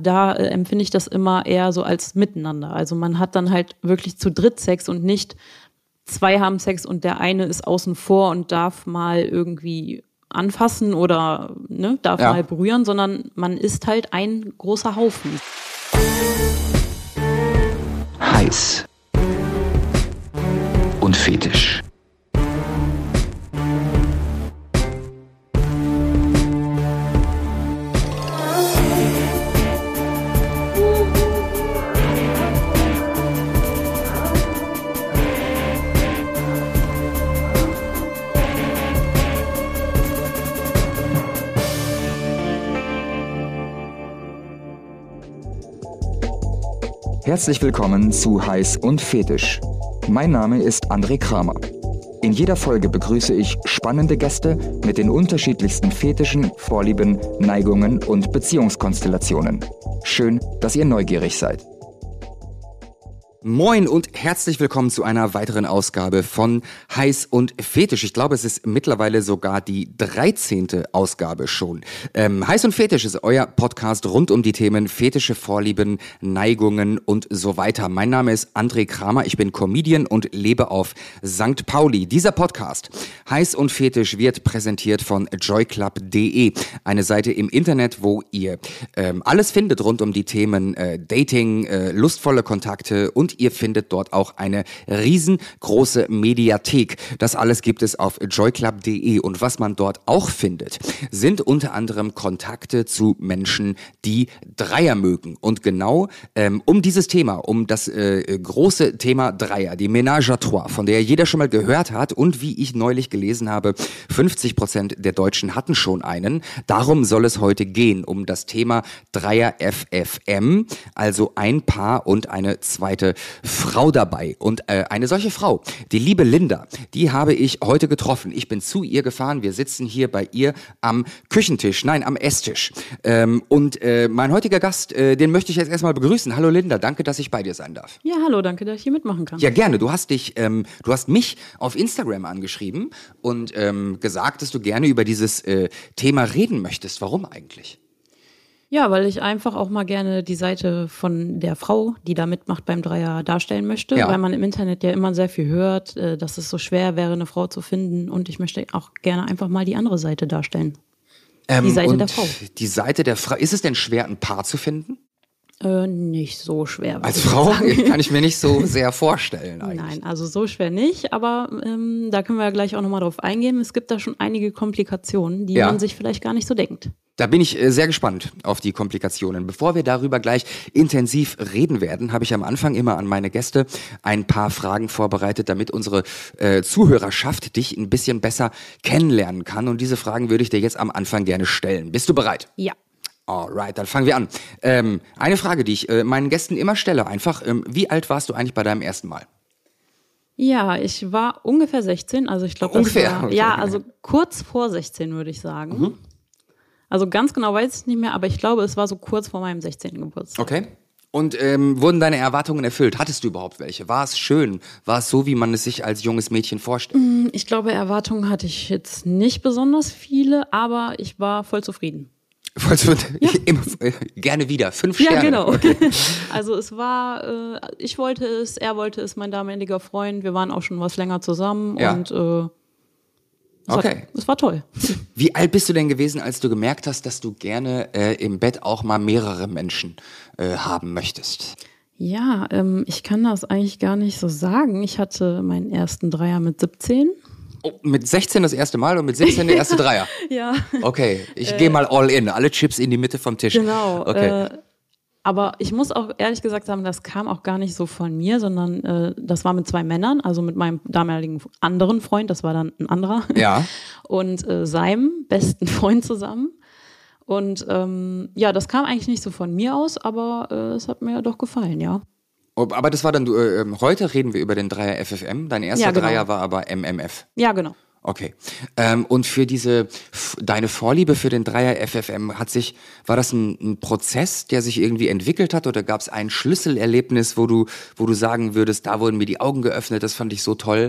da empfinde ich das immer eher so als Miteinander. Also man hat dann halt wirklich zu dritt Sex und nicht zwei haben Sex und der eine ist außen vor und darf mal irgendwie anfassen oder darf mal berühren, sondern man ist halt ein großer Haufen. Heiß und fetisch. Herzlich willkommen zu Heiß und Fetisch. Mein Name ist André Kramer. In jeder Folge begrüße ich spannende Gäste mit den unterschiedlichsten Fetischen, Vorlieben, Neigungen und Beziehungskonstellationen. Schön, dass ihr neugierig seid. Moin und herzlich willkommen zu einer weiteren Ausgabe von Heiß und Fetisch. Ich glaube, es ist mittlerweile sogar die 13. Ausgabe schon. Heiß und Fetisch ist euer Podcast rund um die Themen fetische Vorlieben, Neigungen und so weiter. Mein Name ist André Kramer, ich bin Comedian und lebe auf St. Pauli. Dieser Podcast, Heiß und Fetisch, wird präsentiert von joyclub.de, eine Seite im Internet, wo ihr alles findet rund um die Themen Dating, lustvolle Kontakte und ihr findet dort auch eine riesengroße Mediathek. Das alles gibt es auf joyclub.de und was man dort auch findet, sind unter anderem Kontakte zu Menschen, die Dreier mögen. Und genau um dieses Thema, um das große Thema Dreier, die Ménage à trois, von der jeder schon mal gehört hat und wie ich neulich gelesen habe, 50% der Deutschen hatten schon einen. Darum soll es heute gehen, um das Thema Dreier FFM, also ein Paar und eine zweite Frau dabei. Und eine solche Frau, die liebe Linda, die habe ich heute getroffen. Ich bin zu ihr gefahren. Wir sitzen hier bei ihr am Küchentisch, nein, am Esstisch. Und mein heutiger Gast, den möchte ich jetzt erstmal begrüßen. Hallo Linda, danke, dass ich bei dir sein darf. Ja, hallo, danke, dass ich hier mitmachen kann. Ja, gerne. Du hast mich auf Instagram angeschrieben und gesagt, dass du gerne über dieses Thema reden möchtest. Warum eigentlich? Ja, weil ich einfach auch mal gerne die Seite von der Frau, die da mitmacht beim Dreier, darstellen möchte, weil man im Internet ja immer sehr viel hört, dass es so schwer wäre, eine Frau zu finden und ich möchte auch gerne einfach mal die andere Seite darstellen. Die Seite der Frau. Die Seite der Frau. Ist es denn schwer, ein Paar zu finden? Nicht so schwer. Als Frau kann ich mir nicht so sehr vorstellen eigentlich. Nein, also so schwer nicht, aber da können wir ja gleich auch nochmal drauf eingehen. Es gibt da schon einige Komplikationen, die man sich vielleicht gar nicht so denkt. Da bin ich sehr gespannt auf die Komplikationen. Bevor wir darüber gleich intensiv reden werden, habe ich am Anfang immer an meine Gäste ein paar Fragen vorbereitet, damit unsere Zuhörerschaft dich ein bisschen besser kennenlernen kann. Und diese Fragen würde ich dir jetzt am Anfang gerne stellen. Bist du bereit? Ja. Alright, dann fangen wir an. Eine Frage, die ich meinen Gästen immer stelle, einfach, wie alt warst du eigentlich bei deinem ersten Mal? Ja, ich war ungefähr 16, also ich glaube, also kurz vor 16 würde ich sagen. Mhm. Also ganz genau weiß ich nicht mehr, aber ich glaube, es war so kurz vor meinem 16. Geburtstag. Okay. Und wurden deine Erwartungen erfüllt? Hattest du überhaupt welche? War es schön? War es so, wie man es sich als junges Mädchen vorstellt? Ich glaube, Erwartungen hatte ich jetzt nicht besonders viele, aber ich war voll zufrieden. Gerne wieder. 5 Sterne. Ja, genau. Okay. Also es war, ich wollte es, er wollte es, mein damaliger Freund. Wir waren auch schon was länger zusammen und es war toll. Wie alt bist du denn gewesen, als du gemerkt hast, dass du gerne im Bett auch mal mehrere Menschen haben möchtest? Ja, ich kann das eigentlich gar nicht so sagen. Ich hatte meinen ersten Dreier mit 17. Oh, mit 16 das erste Mal und mit 17 der erste Dreier? Ja. Okay, ich gehe mal all in. Alle Chips in die Mitte vom Tisch. Genau. Okay. Aber ich muss auch ehrlich gesagt sagen, das kam auch gar nicht so von mir, sondern das war mit 2 Männern, also mit meinem damaligen anderen Freund, das war dann ein anderer. Ja. Und seinem besten Freund zusammen. Und das kam eigentlich nicht so von mir aus, aber es hat mir doch gefallen, ja. Aber das war dann, heute reden wir über den Dreier FFM, dein erster Dreier war aber MMF. Ja, genau. Okay. Und für deine Vorliebe für den Dreier FFM, war das ein Prozess, der sich irgendwie entwickelt hat, oder gab es ein Schlüsselerlebnis, wo du sagen würdest, da wurden mir die Augen geöffnet, das fand ich so toll?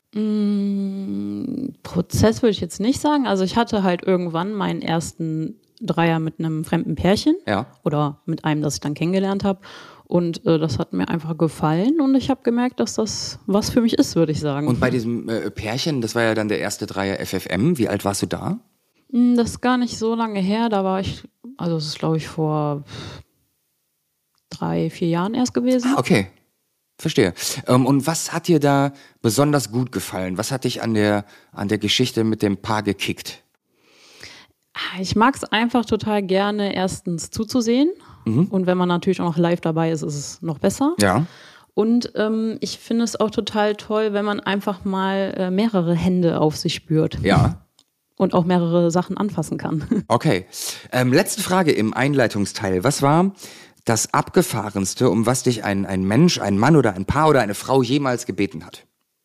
Prozess würde ich jetzt nicht sagen. Also ich hatte halt irgendwann meinen ersten Dreier mit einem fremden Pärchen. Ja. Oder mit einem, das ich dann kennengelernt habe. Und das hat mir einfach gefallen und ich habe gemerkt, dass das was für mich ist, würde ich sagen. Und bei diesem Pärchen, das war ja dann der erste Dreier FFM. Wie alt warst du da? Das ist gar nicht so lange her. Da war ich, also das ist glaube ich vor 3, 4 Jahren erst gewesen. Ah, okay. Verstehe. Und was hat dir da besonders gut gefallen? Was hat dich an der Geschichte mit dem Paar gekickt? Ich mag es einfach total gerne, erstens zuzusehen. Und wenn man natürlich auch noch live dabei ist, ist es noch besser. Ja. Und ich finde es auch total toll, wenn man einfach mal mehrere Hände auf sich spürt. Ja. Und auch mehrere Sachen anfassen kann. Okay. Letzte Frage im Einleitungsteil. Was war das Abgefahrenste, um was dich ein Mensch, ein Mann oder ein Paar oder eine Frau jemals gebeten hat?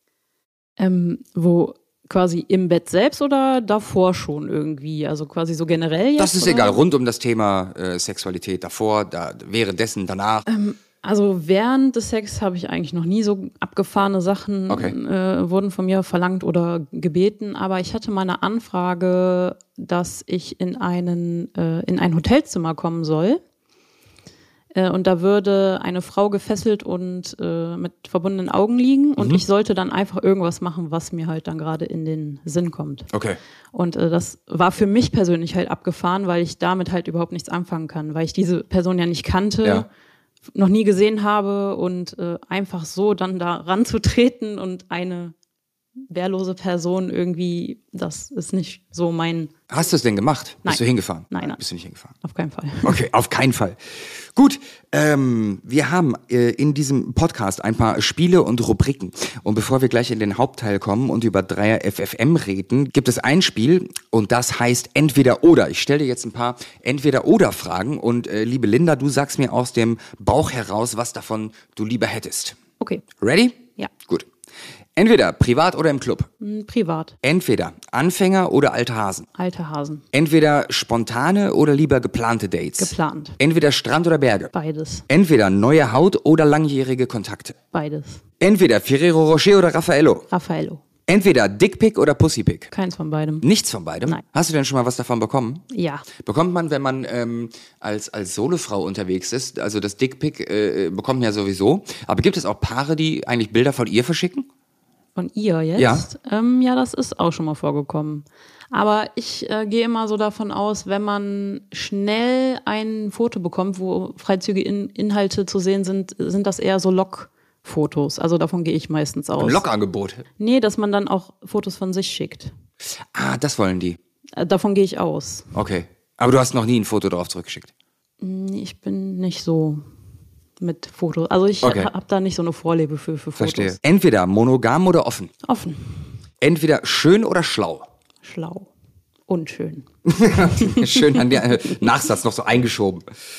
Wo quasi im Bett selbst oder davor schon irgendwie? Also quasi so generell jetzt? Das ist oder? egal, rund um das Thema Sexualität, davor, währenddessen, danach. Also während des Sex habe ich eigentlich noch nie so abgefahrene Sachen wurden von mir verlangt oder gebeten, aber ich hatte mal eine Anfrage, dass ich in ein Hotelzimmer kommen soll. Und da würde eine Frau gefesselt und mit verbundenen Augen liegen und ich sollte dann einfach irgendwas machen, was mir halt dann gerade in den Sinn kommt. Okay. Und das war für mich persönlich halt abgefahren, weil ich damit halt überhaupt nichts anfangen kann, weil ich diese Person ja nicht kannte, noch nie gesehen habe und einfach so dann da ranzutreten und eine wehrlose Person irgendwie, das ist nicht so mein... Hast du es denn gemacht? Nein. Bist du hingefahren? Nein. Bist du nicht hingefahren? Auf keinen Fall. Okay, auf keinen Fall. Gut, wir haben in diesem Podcast ein paar Spiele und Rubriken. Und bevor wir gleich in den Hauptteil kommen und über Dreier FFM reden, gibt es ein Spiel und das heißt Entweder-Oder. Ich stelle dir jetzt ein paar Entweder-Oder-Fragen und liebe Linda, du sagst mir aus dem Bauch heraus, was davon du lieber hättest. Okay. Ready? Ja. Gut. Entweder privat oder im Club. Privat. Entweder Anfänger oder alte Hasen. Alte Hasen. Entweder spontane oder lieber geplante Dates. Geplant. Entweder Strand oder Berge. Beides. Entweder neue Haut oder langjährige Kontakte. Beides. Entweder Ferrero Rocher oder Raffaello. Raffaello. Entweder Dickpick oder Pussypick. Keins von beidem. Nichts von beidem? Nein. Hast du denn schon mal was davon bekommen? Ja. Bekommt man, wenn man als Solofrau unterwegs ist, also das Dickpick bekommt man ja sowieso, aber gibt es auch Paare, die eigentlich Bilder von ihr verschicken? Von ihr jetzt? Ja. Ja, das ist auch schon mal vorgekommen. Aber ich gehe immer so davon aus, wenn man schnell ein Foto bekommt, wo freizügige Inhalte zu sehen sind, sind das eher so Lockfotos. Also davon gehe ich meistens aus. Ein Lockangebot? Nee, dass man dann auch Fotos von sich schickt. Ah, das wollen die. Davon gehe ich aus. Okay. Aber du hast noch nie ein Foto darauf zurückgeschickt? Ich bin nicht so mit Fotos. Also ich habe da nicht so eine Vorliebe für Fotos. Verstehe. Entweder monogam oder offen. Offen. Entweder schön oder schlau. Schlau. Unschön. Schön an der Nachsatz noch so eingeschoben.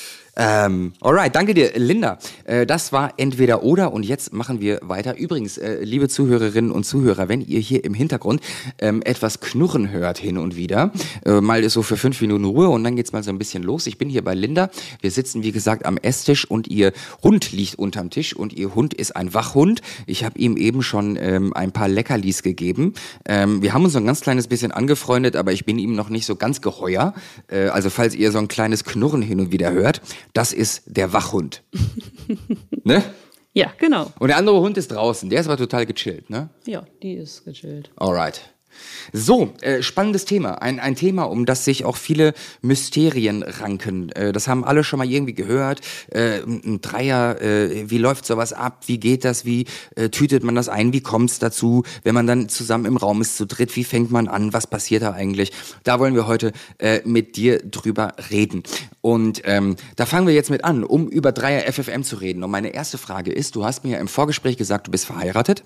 Alright, danke dir, Linda. Das war Entweder oder und jetzt machen wir weiter. Übrigens, liebe Zuhörerinnen und Zuhörer, wenn ihr hier im Hintergrund etwas knurren hört hin und wieder, mal ist so für 5 Minuten Ruhe und dann geht's mal so ein bisschen los. Ich bin hier bei Linda. Wir sitzen, wie gesagt, am Esstisch und ihr Hund liegt unterm Tisch und ihr Hund ist ein Wachhund. Ich habe ihm eben schon ein paar Leckerlis gegeben. Wir haben uns so ein ganz kleines bisschen angefreundet, aber ich bin ihm noch nicht so ganz geheuer. Also falls ihr so ein kleines Knurren hin und wieder hört, das ist der Wachhund. Ne? Ja, genau. Und der andere Hund ist draußen. Der ist aber total gechillt, ne? Ja, die ist gechillt. Alright. So, spannendes Thema. Ein Thema, um das sich auch viele Mysterien ranken. Das haben alle schon mal irgendwie gehört. Ein Dreier, wie läuft sowas ab? Wie geht das? Wie tütet man das ein? Wie kommt es dazu? Wenn man dann zusammen im Raum ist, zu dritt, wie fängt man an? Was passiert da eigentlich? Da wollen wir heute mit dir drüber reden. Und da fangen wir jetzt mit an, um über Dreier FFM zu reden. Und meine erste Frage ist, du hast mir ja im Vorgespräch gesagt, du bist verheiratet.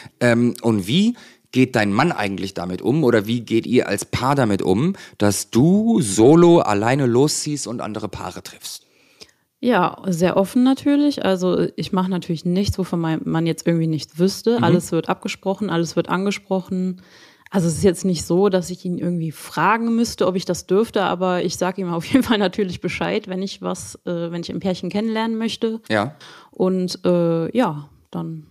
Und wie geht dein Mann eigentlich damit um oder wie geht ihr als Paar damit um, dass du solo alleine losziehst und andere Paare triffst? Ja, sehr offen natürlich. Also ich mache natürlich nichts, wovon mein Mann jetzt irgendwie nicht wüsste. Alles wird abgesprochen, alles wird angesprochen. Also es ist jetzt nicht so, dass ich ihn irgendwie fragen müsste, ob ich das dürfte, aber ich sage ihm auf jeden Fall natürlich Bescheid, wenn ich ein Pärchen kennenlernen möchte. Ja. Und ja, dann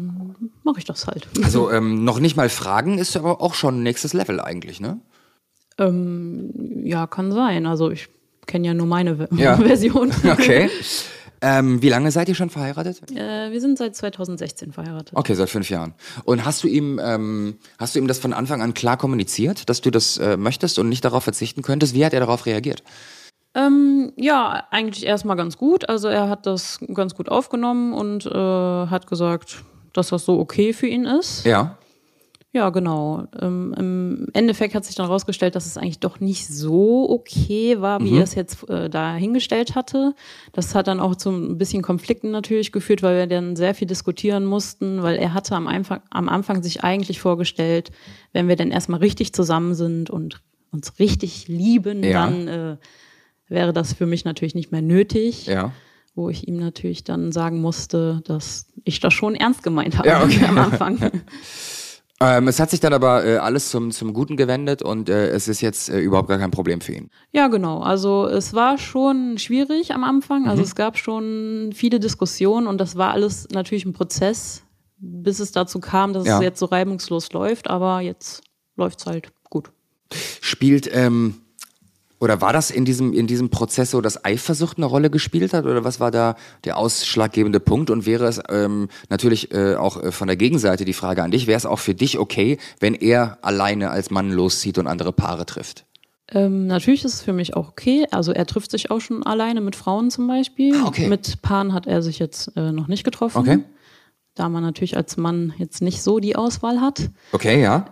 mache ich das halt. Also noch nicht mal fragen ist aber auch schon nächstes Level eigentlich, ne? Ja, kann sein. Also ich kenne ja nur meine Ja. Version. Okay. Wie lange seid ihr schon verheiratet? Wir sind seit 2016 verheiratet. Okay, seit 5 Jahren. Und hast du ihm das von Anfang an klar kommuniziert, dass du das möchtest und nicht darauf verzichten könntest? Wie hat er darauf reagiert? Ja, eigentlich erstmal ganz gut. Also er hat das ganz gut aufgenommen und hat gesagt, dass das so okay für ihn ist. Ja. Ja, genau. Im Endeffekt hat sich dann herausgestellt, dass es eigentlich doch nicht so okay war, wie er es jetzt dahingestellt hatte. Das hat dann auch zu ein bisschen Konflikten natürlich geführt, weil wir dann sehr viel diskutieren mussten, weil er hatte am Anfang sich eigentlich vorgestellt, wenn wir dann erstmal richtig zusammen sind und uns richtig lieben, Ja. dann wäre das für mich natürlich nicht mehr nötig. Ja. Wo ich ihm natürlich dann sagen musste, dass ich das schon ernst gemeint habe Ja, okay. am Anfang. Es hat sich dann aber alles zum Guten gewendet und es ist jetzt überhaupt gar kein Problem für ihn. Ja, genau. Also es war schon schwierig am Anfang. Also es gab schon viele Diskussionen und das war alles natürlich ein Prozess, bis es dazu kam, dass Ja. es jetzt so reibungslos läuft. Aber jetzt läuft es halt gut. Spielt oder war das in diesem Prozess so, dass Eifersucht eine Rolle gespielt hat? Oder was war da der ausschlaggebende Punkt? Und wäre es natürlich auch von der Gegenseite die Frage an dich, wäre es auch für dich okay, wenn er alleine als Mann loszieht und andere Paare trifft? Natürlich ist es für mich auch okay. Also er trifft sich auch schon alleine mit Frauen zum Beispiel. Ah, okay. Mit Paaren hat er sich jetzt noch nicht getroffen. Okay. Da man natürlich als Mann jetzt nicht so die Auswahl hat. Okay, ja.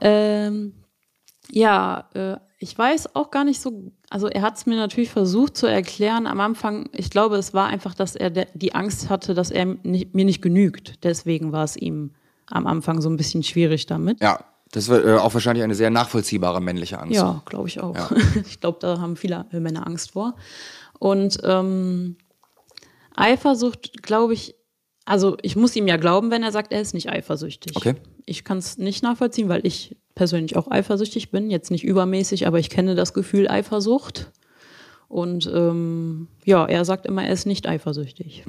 Ich weiß auch gar nicht so, also er hat es mir natürlich versucht zu erklären am Anfang. Ich glaube, es war einfach, dass er die Angst hatte, dass er mir nicht genügt. Deswegen war es ihm am Anfang so ein bisschen schwierig damit. Ja, das war auch wahrscheinlich eine sehr nachvollziehbare männliche Angst. Ja, glaube ich auch. Ja. Ich glaube, da haben viele Männer Angst vor. Und Eifersucht, glaube ich, also ich muss ihm ja glauben, wenn er sagt, er ist nicht eifersüchtig. Okay. Ich kann es nicht nachvollziehen, weil ich persönlich auch eifersüchtig bin. Jetzt nicht übermäßig, aber ich kenne das Gefühl Eifersucht. Und er sagt immer, er ist nicht eifersüchtig.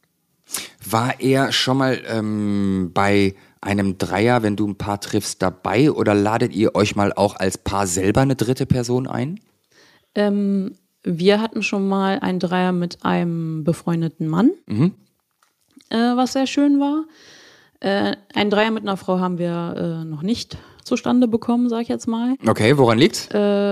War er schon mal bei einem Dreier, wenn du ein Paar triffst, dabei oder ladet ihr euch mal auch als Paar selber eine dritte Person ein? Wir hatten schon mal einen Dreier mit einem befreundeten Mann, was sehr schön war. Einen Dreier mit einer Frau haben wir noch nicht zustande bekommen, sag ich jetzt mal. Okay, woran liegt's?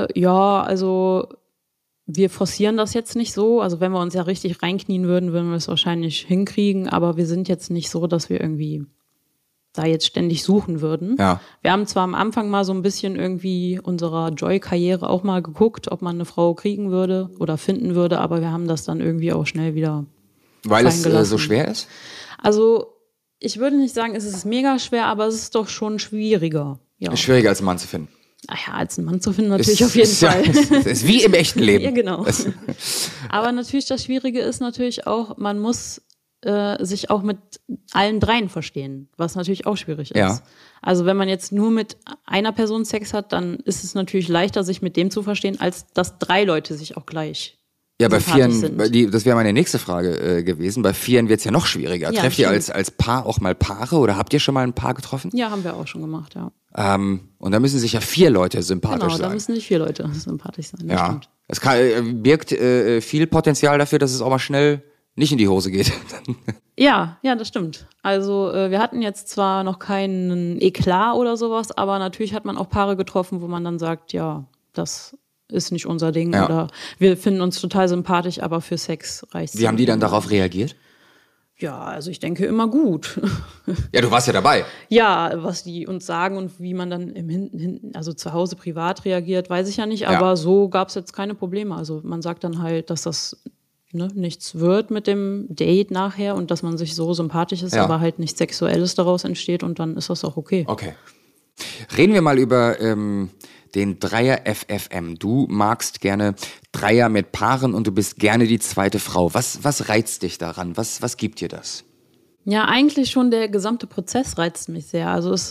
Also wir forcieren das jetzt nicht so. Also wenn wir uns ja richtig reinknien würden, würden wir es wahrscheinlich hinkriegen. Aber wir sind jetzt nicht so, dass wir irgendwie da jetzt ständig suchen würden. Ja. Wir haben zwar am Anfang mal so ein bisschen irgendwie unserer Joy-Karriere auch mal geguckt, ob man eine Frau kriegen würde oder finden würde, aber wir haben das dann irgendwie auch schnell wieder Weil es fallen gelassen. so schwer ist? Also ich würde nicht sagen, es ist mega schwer, aber es ist doch schon schwieriger. Ja. Ist schwieriger als einen Mann zu finden. Naja, als einen Mann zu finden natürlich auf jeden Fall. Ist wie im echten Leben. Ja, genau. Aber natürlich das Schwierige ist natürlich auch, man muss sich auch mit allen dreien verstehen, was natürlich auch schwierig ist. Ja. Also wenn man jetzt nur mit einer Person Sex hat, dann ist es natürlich leichter, sich mit dem zu verstehen, als dass 3 Leute sich auch gleich Ja, bei sympathisch Vieren, sind. das wäre meine nächste Frage gewesen. Bei Vieren wird's ja noch schwieriger. Ja, Trefft ihr stimmt. als Paar auch mal Paare oder habt ihr schon mal ein Paar getroffen? Ja, haben wir auch schon gemacht, ja. Und da müssen sich ja 4 Leute sympathisch Genau, da sein. müssen nicht 4 Leute sympathisch sein. Das Ja, stimmt. es birgt viel Potenzial dafür, dass es auch mal schnell nicht in die Hose geht. Ja, das stimmt. Also wir hatten jetzt zwar noch keinen Eklat oder sowas, aber natürlich hat man auch Paare getroffen, wo man dann sagt, ja, das ist nicht unser Ding Ja. oder wir finden uns total sympathisch, aber für Sex reicht's. Wie haben die dann darauf reagiert? Ja, also ich denke immer gut. Ja, du warst ja dabei. Ja, was die uns sagen und wie man dann im hinten, also zu Hause privat reagiert, weiß ich ja nicht, aber Ja. so gab's jetzt keine Probleme. Also man sagt dann halt, dass das nichts wird mit dem Date nachher und dass man sich so sympathisch ist, Ja. aber halt nichts Sexuelles daraus entsteht und dann ist das auch okay. Okay. Reden wir mal über den Dreier FFM. Du magst gerne Dreier mit Paaren und du bist gerne die zweite Frau. Was reizt dich daran? Was gibt dir das? Ja, eigentlich schon der gesamte Prozess reizt mich sehr. Also es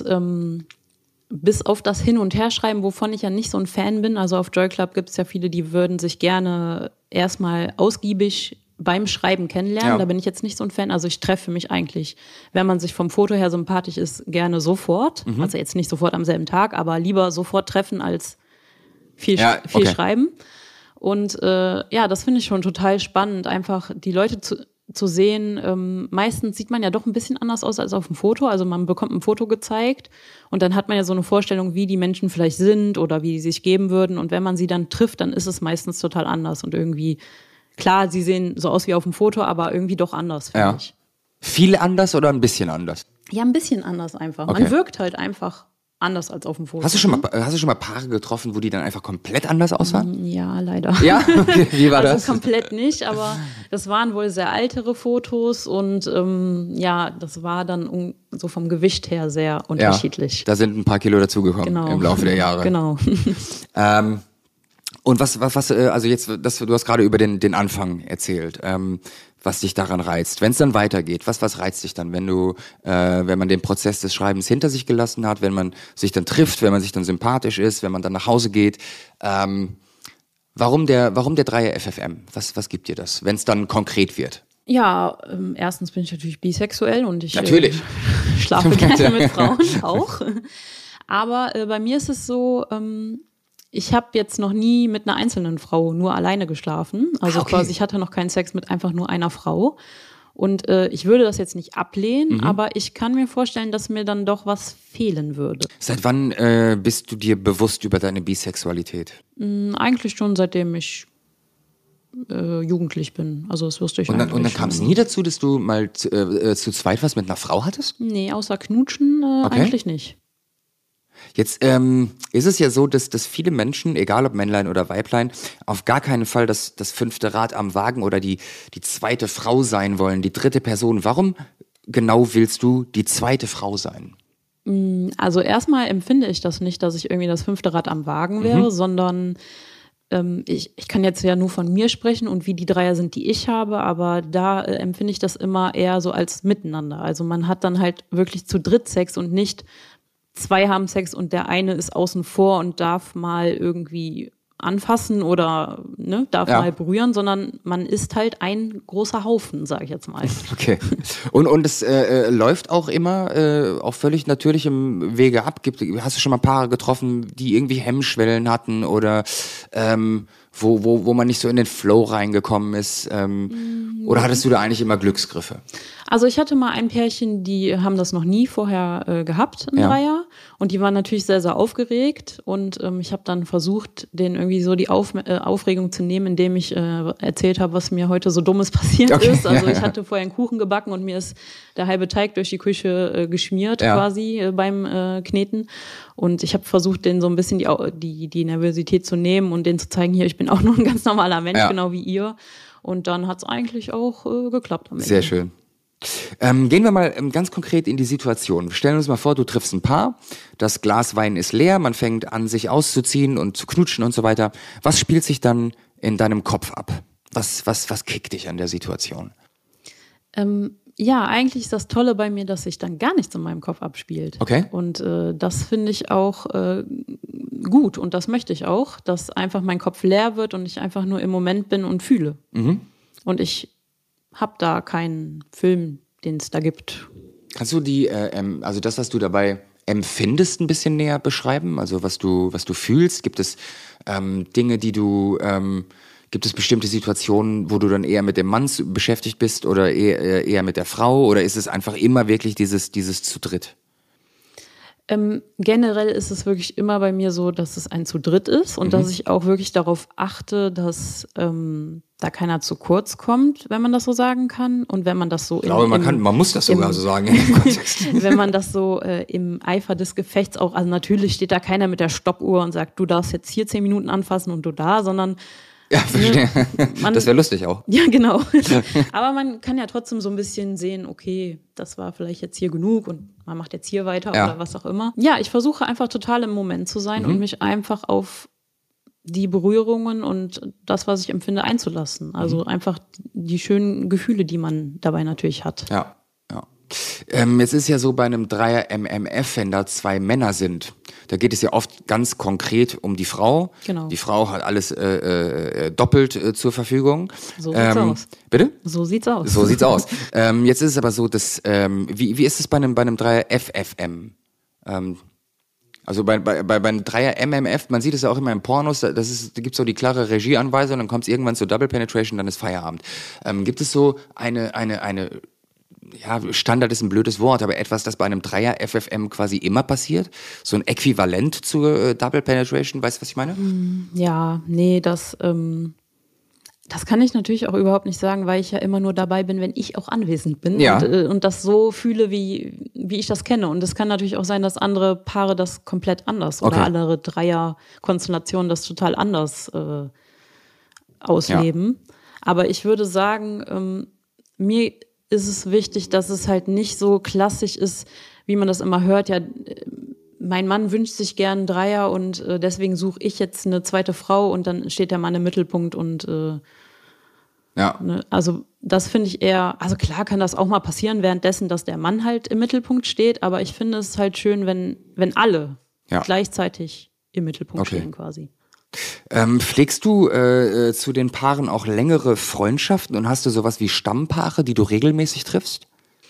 bis auf das Hin- und Herschreiben, wovon ich ja nicht so ein Fan bin. Also auf Joy Club gibt es ja viele, die würden sich gerne erstmal ausgiebig beim Schreiben kennenlernen. Ja. Da bin ich jetzt nicht so ein Fan. Also ich treffe mich eigentlich, wenn man sich vom Foto her sympathisch ist, gerne sofort. Also jetzt nicht sofort am selben Tag, aber lieber sofort treffen als viel okay. schreiben. Und das finde ich schon total spannend, einfach die Leute zu sehen. Meistens sieht man ja doch ein bisschen anders aus als auf dem Foto. Also man bekommt ein Foto gezeigt und dann hat man ja so eine Vorstellung, wie die Menschen vielleicht sind oder wie die sich geben würden. Und wenn man sie dann trifft, dann ist es meistens total anders und irgendwie, klar, sie sehen so aus wie auf dem Foto, aber irgendwie doch anders, finde ich. Viel anders oder ein bisschen anders? Ja, ein bisschen anders einfach. Okay. Man wirkt halt einfach anders als auf dem Foto. Hast du schon mal Paare getroffen, wo die dann einfach komplett anders aussahen? Ja, leider. Ja? Okay. Wie war das? Also komplett nicht, aber das waren wohl sehr ältere Fotos und das war dann so vom Gewicht her sehr unterschiedlich. Da sind ein paar Kilo dazugekommen im Laufe der Jahre. Genau. Und also jetzt, du hast gerade über den Anfang erzählt, was dich daran reizt. Wenn es dann weitergeht, was reizt dich dann, wenn man den Prozess des Schreibens hinter sich gelassen hat, wenn man sich dann trifft, wenn man sich dann sympathisch ist, wenn man dann nach Hause geht? Warum der Dreier FFM? Was gibt dir das, wenn es dann konkret wird? Ja, erstens bin ich natürlich bisexuell und ich natürlich. Schlafe gerne mit Frauen auch. Aber bei mir ist es so, ich habe jetzt noch nie mit einer einzelnen Frau nur alleine geschlafen. Also quasi, ich hatte noch keinen Sex mit einfach nur einer Frau. Und ich würde das jetzt nicht ablehnen, aber ich kann mir vorstellen, dass mir dann doch was fehlen würde. Seit wann bist du dir bewusst über deine Bisexualität? Eigentlich schon seitdem ich jugendlich bin. Also das wusste ich Und dann kam es nie dazu, dass du mal zu zweit was mit einer Frau hattest? Nee, außer Knutschen eigentlich nicht. Jetzt ist es ja so, dass viele Menschen, egal ob Männlein oder Weiblein, auf gar keinen Fall das fünfte Rad am Wagen oder die zweite Frau sein wollen, die dritte Person. Warum genau willst du die zweite Frau sein? Also erstmal empfinde ich das nicht, dass ich irgendwie das fünfte Rad am Wagen wäre, sondern ich kann jetzt ja nur von mir sprechen und wie die Dreier sind, die ich habe, aber da empfinde ich das immer eher so als Miteinander. Also man hat dann halt wirklich zu dritt Sex und nicht zwei haben Sex und der eine ist außen vor und darf mal irgendwie anfassen oder darf mal berühren, sondern man ist halt ein großer Haufen, sage ich jetzt mal. Okay. Und es läuft auch immer auf völlig natürlichem Wege ab. Hast du schon mal Paare getroffen, die irgendwie Hemmschwellen hatten oder wo man nicht so in den Flow reingekommen ist? Oder hattest du da eigentlich immer Glücksgriffe? Also ich hatte mal ein Pärchen, die haben das noch nie vorher gehabt, ein Dreier. Und die waren natürlich sehr, sehr aufgeregt. Und ich habe dann versucht, denen irgendwie so die Aufregung zu nehmen, indem ich erzählt habe, was mir heute so Dummes passiert ist. Also ich hatte vorher einen Kuchen gebacken und mir ist der halbe Teig durch die Küche geschmiert quasi beim Kneten. Und ich habe versucht, denen so ein bisschen die Nervosität zu nehmen und denen zu zeigen, hier, ich bin auch nur ein ganz normaler Mensch, genau wie ihr. Und dann hat es eigentlich auch geklappt am Ende. Sehr schön. Gehen wir mal ganz konkret in die Situation. Stellen uns mal vor, du triffst ein Paar, das Glas Wein ist leer, man fängt an, sich auszuziehen und zu knutschen und so weiter. Was spielt sich dann in deinem Kopf ab? Was kickt dich an der Situation? Eigentlich ist das Tolle bei mir, dass sich dann gar nichts in meinem Kopf abspielt. Okay. Und das finde ich auch gut und das möchte ich auch, dass einfach mein Kopf leer wird und ich einfach nur im Moment bin und fühle. Und ich habe da keinen Film, den es da gibt. Kannst du also das, was du dabei empfindest, ein bisschen näher beschreiben? Also was du fühlst? Gibt es Dinge, gibt es bestimmte Situationen, wo du dann eher mit dem Mann beschäftigt bist oder eher mit der Frau? Oder ist es einfach immer wirklich dieses zu dritt? Generell ist es wirklich immer bei mir so, dass es ein zu dritt ist und dass ich auch wirklich darauf achte, dass da keiner zu kurz kommt, wenn man das so sagen kann. Und wenn man das so man muss das sogar so sagen in dem Kontext. Wenn man das so im Eifer des Gefechts auch, also natürlich steht da keiner mit der Stoppuhr und sagt, du darfst jetzt hier 10 Minuten anfassen und du da, sondern ja, verstehe. Das wäre lustig auch. Ja, genau. Aber man kann ja trotzdem so ein bisschen sehen, okay, das war vielleicht jetzt hier genug und man macht jetzt hier weiter oder was auch immer. Ja, ich versuche einfach total im Moment zu sein und mich einfach auf die Berührungen und das, was ich empfinde, einzulassen. Also einfach die schönen Gefühle, die man dabei natürlich hat. Ja. Jetzt ist ja so bei einem Dreier MMF, wenn da zwei Männer sind, da geht es ja oft ganz konkret um die Frau. Genau. Die Frau hat alles doppelt zur Verfügung. So sieht's aus. Bitte? So sieht's aus. So sieht's aus. Jetzt ist es aber so, dass wie ist es bei einem Dreier FFM? Also beim Dreier MMF, man sieht es ja auch immer in Pornos, da gibt es so die klare Regieanweisung, dann kommt es irgendwann zur Double Penetration, dann ist Feierabend. Gibt es so eine ja, Standard ist ein blödes Wort, aber etwas, das bei einem Dreier FFM quasi immer passiert? So ein Äquivalent zur Double Penetration, weißt du, was ich meine? Ja, nee, das kann ich natürlich auch überhaupt nicht sagen, weil ich ja immer nur dabei bin, wenn ich auch anwesend bin und das so fühle, wie ich das kenne. Und es kann natürlich auch sein, dass andere Paare das komplett anders oder andere Dreier-Konstellationen das total anders ausleben. Ja. Aber ich würde sagen, mir ist es wichtig, dass es halt nicht so klassisch ist, wie man das immer hört, ja, mein Mann wünscht sich gern einen Dreier und deswegen suche ich jetzt eine zweite Frau und dann steht der Mann im Mittelpunkt und ne, also das finde ich eher, also klar kann das auch mal passieren währenddessen, dass der Mann halt im Mittelpunkt steht, aber ich finde es halt schön, wenn alle gleichzeitig im Mittelpunkt stehen quasi. Pflegst du zu den Paaren auch längere Freundschaften und hast du sowas wie Stammpaare, die du regelmäßig triffst?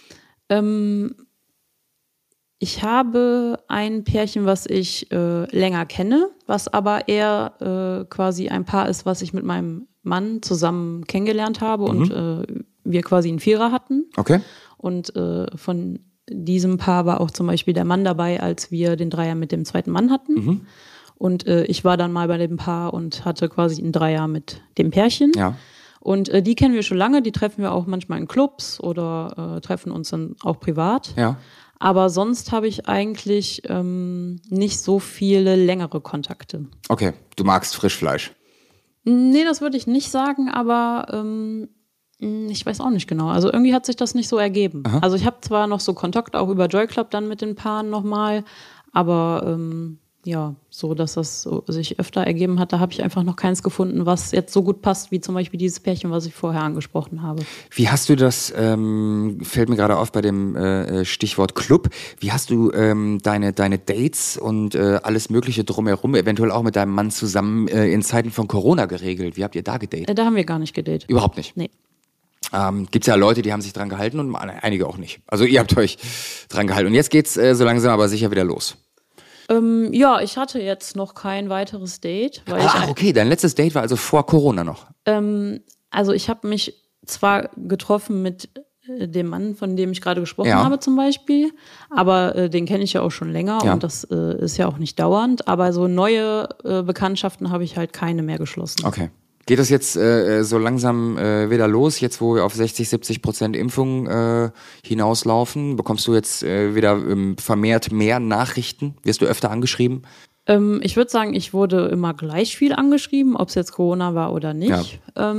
Ich habe ein Pärchen, was ich länger kenne, was aber eher quasi ein Paar ist, was ich mit meinem Mann zusammen kennengelernt habe und wir quasi einen Vierer hatten. Okay. Und von diesem Paar war auch zum Beispiel der Mann dabei, als wir den Dreier mit dem zweiten Mann hatten. Und ich war dann mal bei dem Paar und hatte quasi einen Dreier mit dem Pärchen. Ja. Und die kennen wir schon lange, die treffen wir auch manchmal in Clubs oder treffen uns dann auch privat. Ja. Aber sonst habe ich eigentlich nicht so viele längere Kontakte. Okay, du magst Frischfleisch. Nee, das würde ich nicht sagen, aber ich weiß auch nicht genau. Also irgendwie hat sich das nicht so ergeben. Aha. Also ich habe zwar noch so Kontakt auch über Joy Club dann mit den Paaren nochmal, aber ja, so, dass das so sich öfter ergeben hat, da habe ich einfach noch keins gefunden, was jetzt so gut passt, wie zum Beispiel dieses Pärchen, was ich vorher angesprochen habe. Wie hast du das, fällt mir gerade auf bei dem Stichwort Club, wie hast du deine Dates und alles Mögliche drumherum, eventuell auch mit deinem Mann zusammen in Zeiten von Corona geregelt? Wie habt ihr da gedatet? Da haben wir gar nicht gedatet. Überhaupt nicht? Nee. Gibt's ja Leute, die haben sich dran gehalten und einige auch nicht. Also ihr habt euch dran gehalten. Und jetzt geht's so langsam aber sicher wieder los. Ja, ich hatte jetzt noch kein weiteres Date. Weil okay, dein letztes Date war also vor Corona noch. Also ich habe mich zwar getroffen mit dem Mann, von dem ich gerade gesprochen habe zum Beispiel, aber den kenne ich ja auch schon länger und das ist ja auch nicht dauernd, aber so neue Bekanntschaften habe ich halt keine mehr geschlossen. Okay. Geht das jetzt so langsam wieder los, jetzt wo wir auf 60-70% Impfung hinauslaufen? Bekommst du jetzt wieder vermehrt mehr Nachrichten? Wirst du öfter angeschrieben? Ich würde sagen, ich wurde immer gleich viel angeschrieben, ob es jetzt Corona war oder nicht. Ja.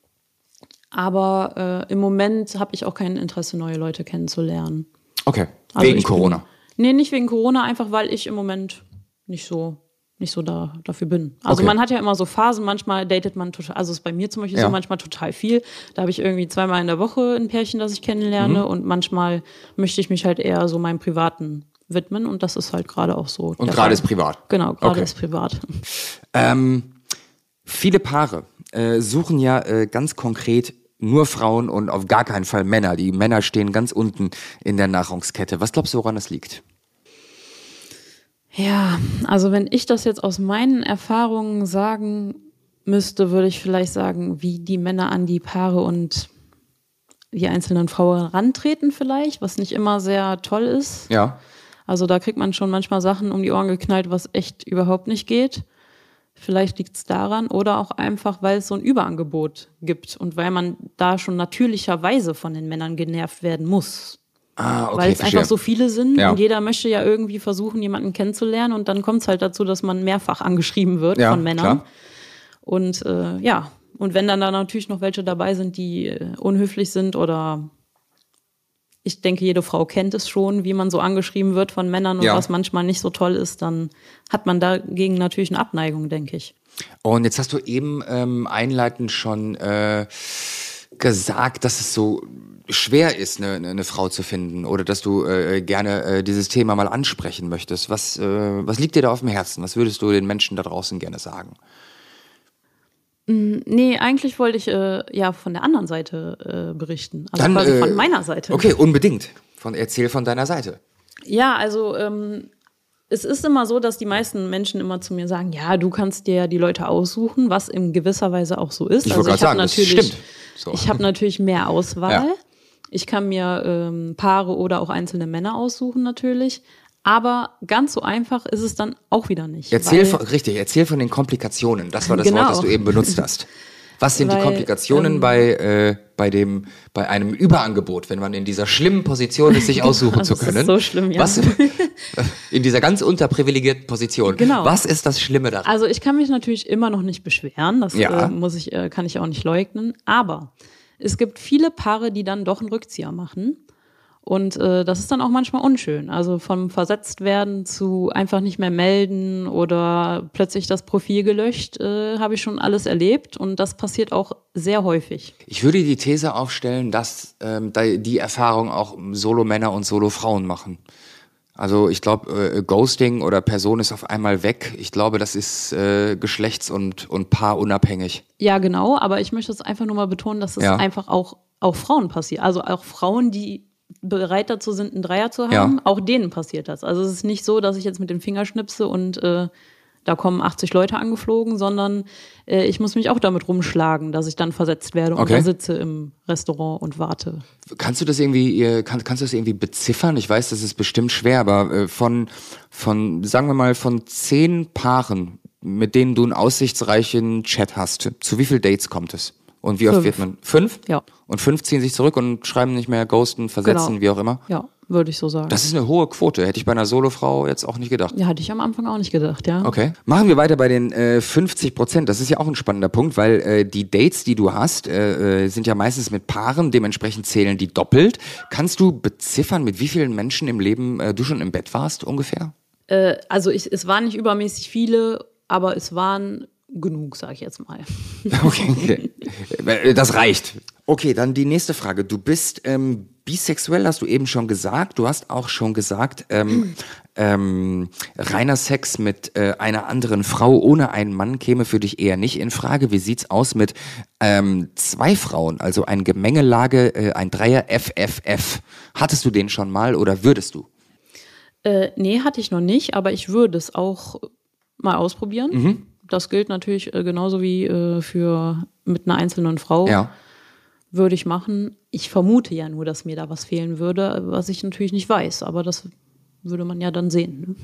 Aber im Moment habe ich auch kein Interesse, neue Leute kennenzulernen. Okay, also wegen Corona? Nee, nicht wegen Corona, einfach weil ich im Moment nicht so dafür bin. Also man hat ja immer so Phasen, manchmal datet man total, also ist bei mir zum Beispiel so manchmal total viel. Da habe ich irgendwie 2-mal in der Woche ein Pärchen, das ich kennenlerne und manchmal möchte ich mich halt eher so meinem Privaten widmen und das ist halt gerade auch so. Und gerade ist privat? Genau, gerade ist privat. Viele Paare suchen ja ganz konkret nur Frauen und auf gar keinen Fall Männer. Die Männer stehen ganz unten in der Nahrungskette. Was glaubst du, woran das liegt? Ja, also wenn ich das jetzt aus meinen Erfahrungen sagen müsste, würde ich vielleicht sagen, wie die Männer an die Paare und die einzelnen Frauen rantreten vielleicht, was nicht immer sehr toll ist. Ja. Also da kriegt man schon manchmal Sachen um die Ohren geknallt, was echt überhaupt nicht geht. Vielleicht liegt es daran oder auch einfach, weil es so ein Überangebot gibt und weil man da schon natürlicherweise von den Männern genervt werden muss. Ah, okay, weil es verstehe. einfach so viele sind und jeder möchte ja irgendwie versuchen, jemanden kennenzulernen und dann kommt es halt dazu, dass man mehrfach angeschrieben wird von Männern. Klar. Und und wenn dann da natürlich noch welche dabei sind, die unhöflich sind oder ich denke, jede Frau kennt es schon, wie man so angeschrieben wird von Männern und was manchmal nicht so toll ist, dann hat man dagegen natürlich eine Abneigung, denke ich. Und jetzt hast du eben einleitend schon gesagt, dass es so schwer ist, eine Frau zu finden oder dass du gerne dieses Thema mal ansprechen möchtest. Was liegt dir da auf dem Herzen? Was würdest du den Menschen da draußen gerne sagen? Nee, eigentlich wollte ich von der anderen Seite berichten. Also dann, quasi von meiner Seite. Okay, unbedingt. Erzähl von deiner Seite. Ja, also Es ist immer so, dass die meisten Menschen immer zu mir sagen, ja, du kannst dir ja die Leute aussuchen, was in gewisser Weise auch so ist. Ich wollte gerade sagen, das stimmt. So. Ich habe natürlich mehr Auswahl. Ja. Ich kann mir Paare oder auch einzelne Männer aussuchen natürlich. Aber ganz so einfach ist es dann auch wieder nicht. Erzähl von den Komplikationen. Das war das Wort, das du eben benutzt hast. Was sind die Komplikationen bei einem Überangebot, wenn man in dieser schlimmen Position ist, sich aussuchen zu können? Das ist so schlimm, ja. Was, in dieser ganz unterprivilegierten Position. Genau. Was ist das Schlimme daran? Also ich kann mich natürlich immer noch nicht beschweren, das Ja. kann ich auch nicht leugnen. Aber es gibt viele Paare, die dann doch einen Rückzieher machen. Und das ist dann auch manchmal unschön. Also vom Versetztwerden zu einfach nicht mehr melden oder plötzlich das Profil gelöscht, habe ich schon alles erlebt. Und das passiert auch sehr häufig. Ich würde die These aufstellen, dass die Erfahrung auch Solo-Männer und Solo-Frauen machen. Also ich glaube, Ghosting oder Person ist auf einmal weg. Ich glaube, das ist geschlechts- und paarunabhängig. Ja, genau. Aber ich möchte es einfach nur mal betonen, dass es einfach auch Frauen passiert. Also auch Frauen, die bereit dazu sind, einen Dreier zu haben, auch denen passiert das. Also es ist nicht so, dass ich jetzt mit dem Finger schnipse und da kommen 80 Leute angeflogen, sondern ich muss mich auch damit rumschlagen, dass ich dann versetzt werde und da sitze im Restaurant und warte. Kannst du das irgendwie beziffern? Ich weiß, das ist bestimmt schwer, aber von sagen wir mal, von 10 Paaren, mit denen du einen aussichtsreichen Chat hast, zu wie viel Dates kommt es? Und wie oft wird man? 5? Ja. Und 5 ziehen sich zurück und schreiben nicht mehr, ghosten, versetzen, wie auch immer? Ja, würde ich so sagen. Das ist eine hohe Quote. Hätte ich bei einer Solofrau jetzt auch nicht gedacht. Ja, hatte ich am Anfang auch nicht gedacht, ja. Okay. Machen wir weiter bei den 50%. Das ist ja auch ein spannender Punkt, weil die Dates, die du hast, sind ja meistens mit Paaren, dementsprechend zählen die doppelt. Kannst du beziffern, mit wie vielen Menschen im Leben du schon im Bett warst ungefähr? Also es waren nicht übermäßig viele, aber es waren genug, sage ich jetzt mal. Okay. Das reicht. Okay, dann die nächste Frage. Du bist bisexuell, hast du eben schon gesagt. Du hast auch schon gesagt, reiner Sex mit einer anderen Frau ohne einen Mann käme für dich eher nicht in Frage. Wie sieht's aus mit 2 Frauen, also ein Gemengelage, ein Dreier FFF? Hattest du den schon mal oder würdest du? Nee, hatte ich noch nicht, aber ich würde es auch mal ausprobieren. Mhm. Das gilt natürlich genauso wie für mit einer einzelnen Frau. Ja. Würde ich machen. Ich vermute ja nur, dass mir da was fehlen würde, was ich natürlich nicht weiß. Aber das würde man ja dann sehen.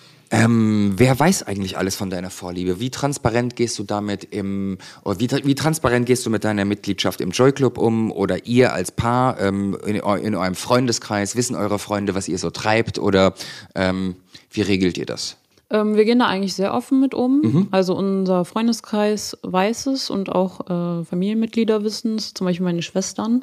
Wer weiß eigentlich alles von deiner Vorliebe? Wie transparent gehst du damit wie transparent gehst du mit deiner Mitgliedschaft im Joy Club um? Oder ihr als Paar in eurem Freundeskreis, wissen eure Freunde, was ihr so treibt? Oder wie regelt ihr das? Wir gehen da eigentlich sehr offen mit um. Mhm. Also unser Freundeskreis weiß es und auch Familienmitglieder wissen es, zum Beispiel meine Schwestern.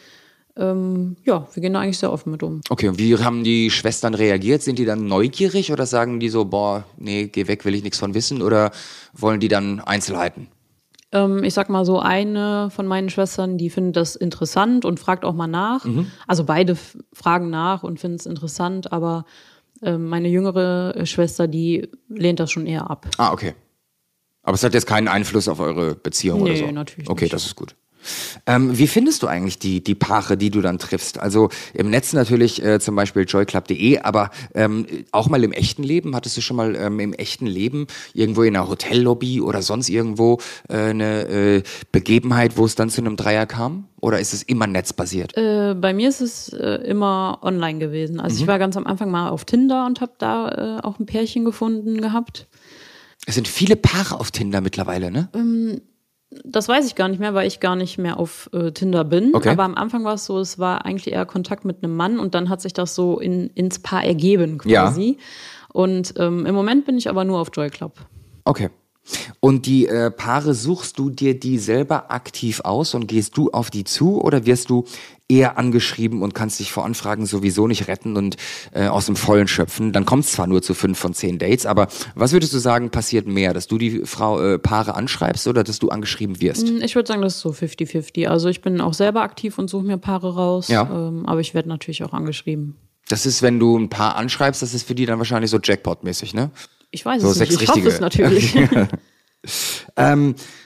Wir gehen da eigentlich sehr offen mit um. Okay, und wie haben die Schwestern reagiert? Sind die dann neugierig oder sagen die so, boah, nee, geh weg, will ich nichts von wissen? Oder wollen die dann Einzelheiten? Ich sag mal so, eine von meinen Schwestern, die findet das interessant und fragt auch mal nach. Mhm. Also beide fragen nach und finden es interessant, aber meine jüngere Schwester, die lehnt das schon eher ab. Ah, okay. Aber es hat jetzt keinen Einfluss auf eure Beziehung oder so? Nee, natürlich okay, nicht. Das ist gut. Wie findest du eigentlich die Paare, die du dann triffst? Also im Netz natürlich zum Beispiel joyclub.de, aber auch mal im echten Leben? Hattest du schon mal im echten Leben irgendwo in einer Hotellobby oder sonst irgendwo eine Begebenheit, wo es dann zu einem Dreier kam? Oder ist es immer netzbasiert? Bei mir ist es immer online gewesen. Also ich war ganz am Anfang mal auf Tinder und habe da auch ein Pärchen gefunden gehabt. Es sind viele Paare auf Tinder mittlerweile, ne? Das weiß ich gar nicht mehr, weil ich gar nicht mehr auf Tinder bin. Okay. Aber am Anfang war es so, es war eigentlich eher Kontakt mit einem Mann und dann hat sich das so ins Paar ergeben quasi. Ja. Und im Moment bin ich aber nur auf Joy Club. Okay. Und die Paare, suchst du dir die selber aktiv aus und gehst du auf die zu oder wirst du eher angeschrieben und kannst dich vor Anfragen sowieso nicht retten und aus dem Vollen schöpfen? Dann kommt es zwar nur zu 5 von 10 Dates, aber was würdest du sagen, passiert mehr, dass du die Paare anschreibst oder dass du angeschrieben wirst? Ich würde sagen, das ist so 50-50. Also ich bin auch selber aktiv und suche mir Paare raus, ja. Aber ich werde natürlich auch angeschrieben. Das ist, wenn du ein Paar anschreibst, das ist für die dann wahrscheinlich so Jackpot-mäßig, ne? Ich weiß so es nicht, ich hoffe es natürlich.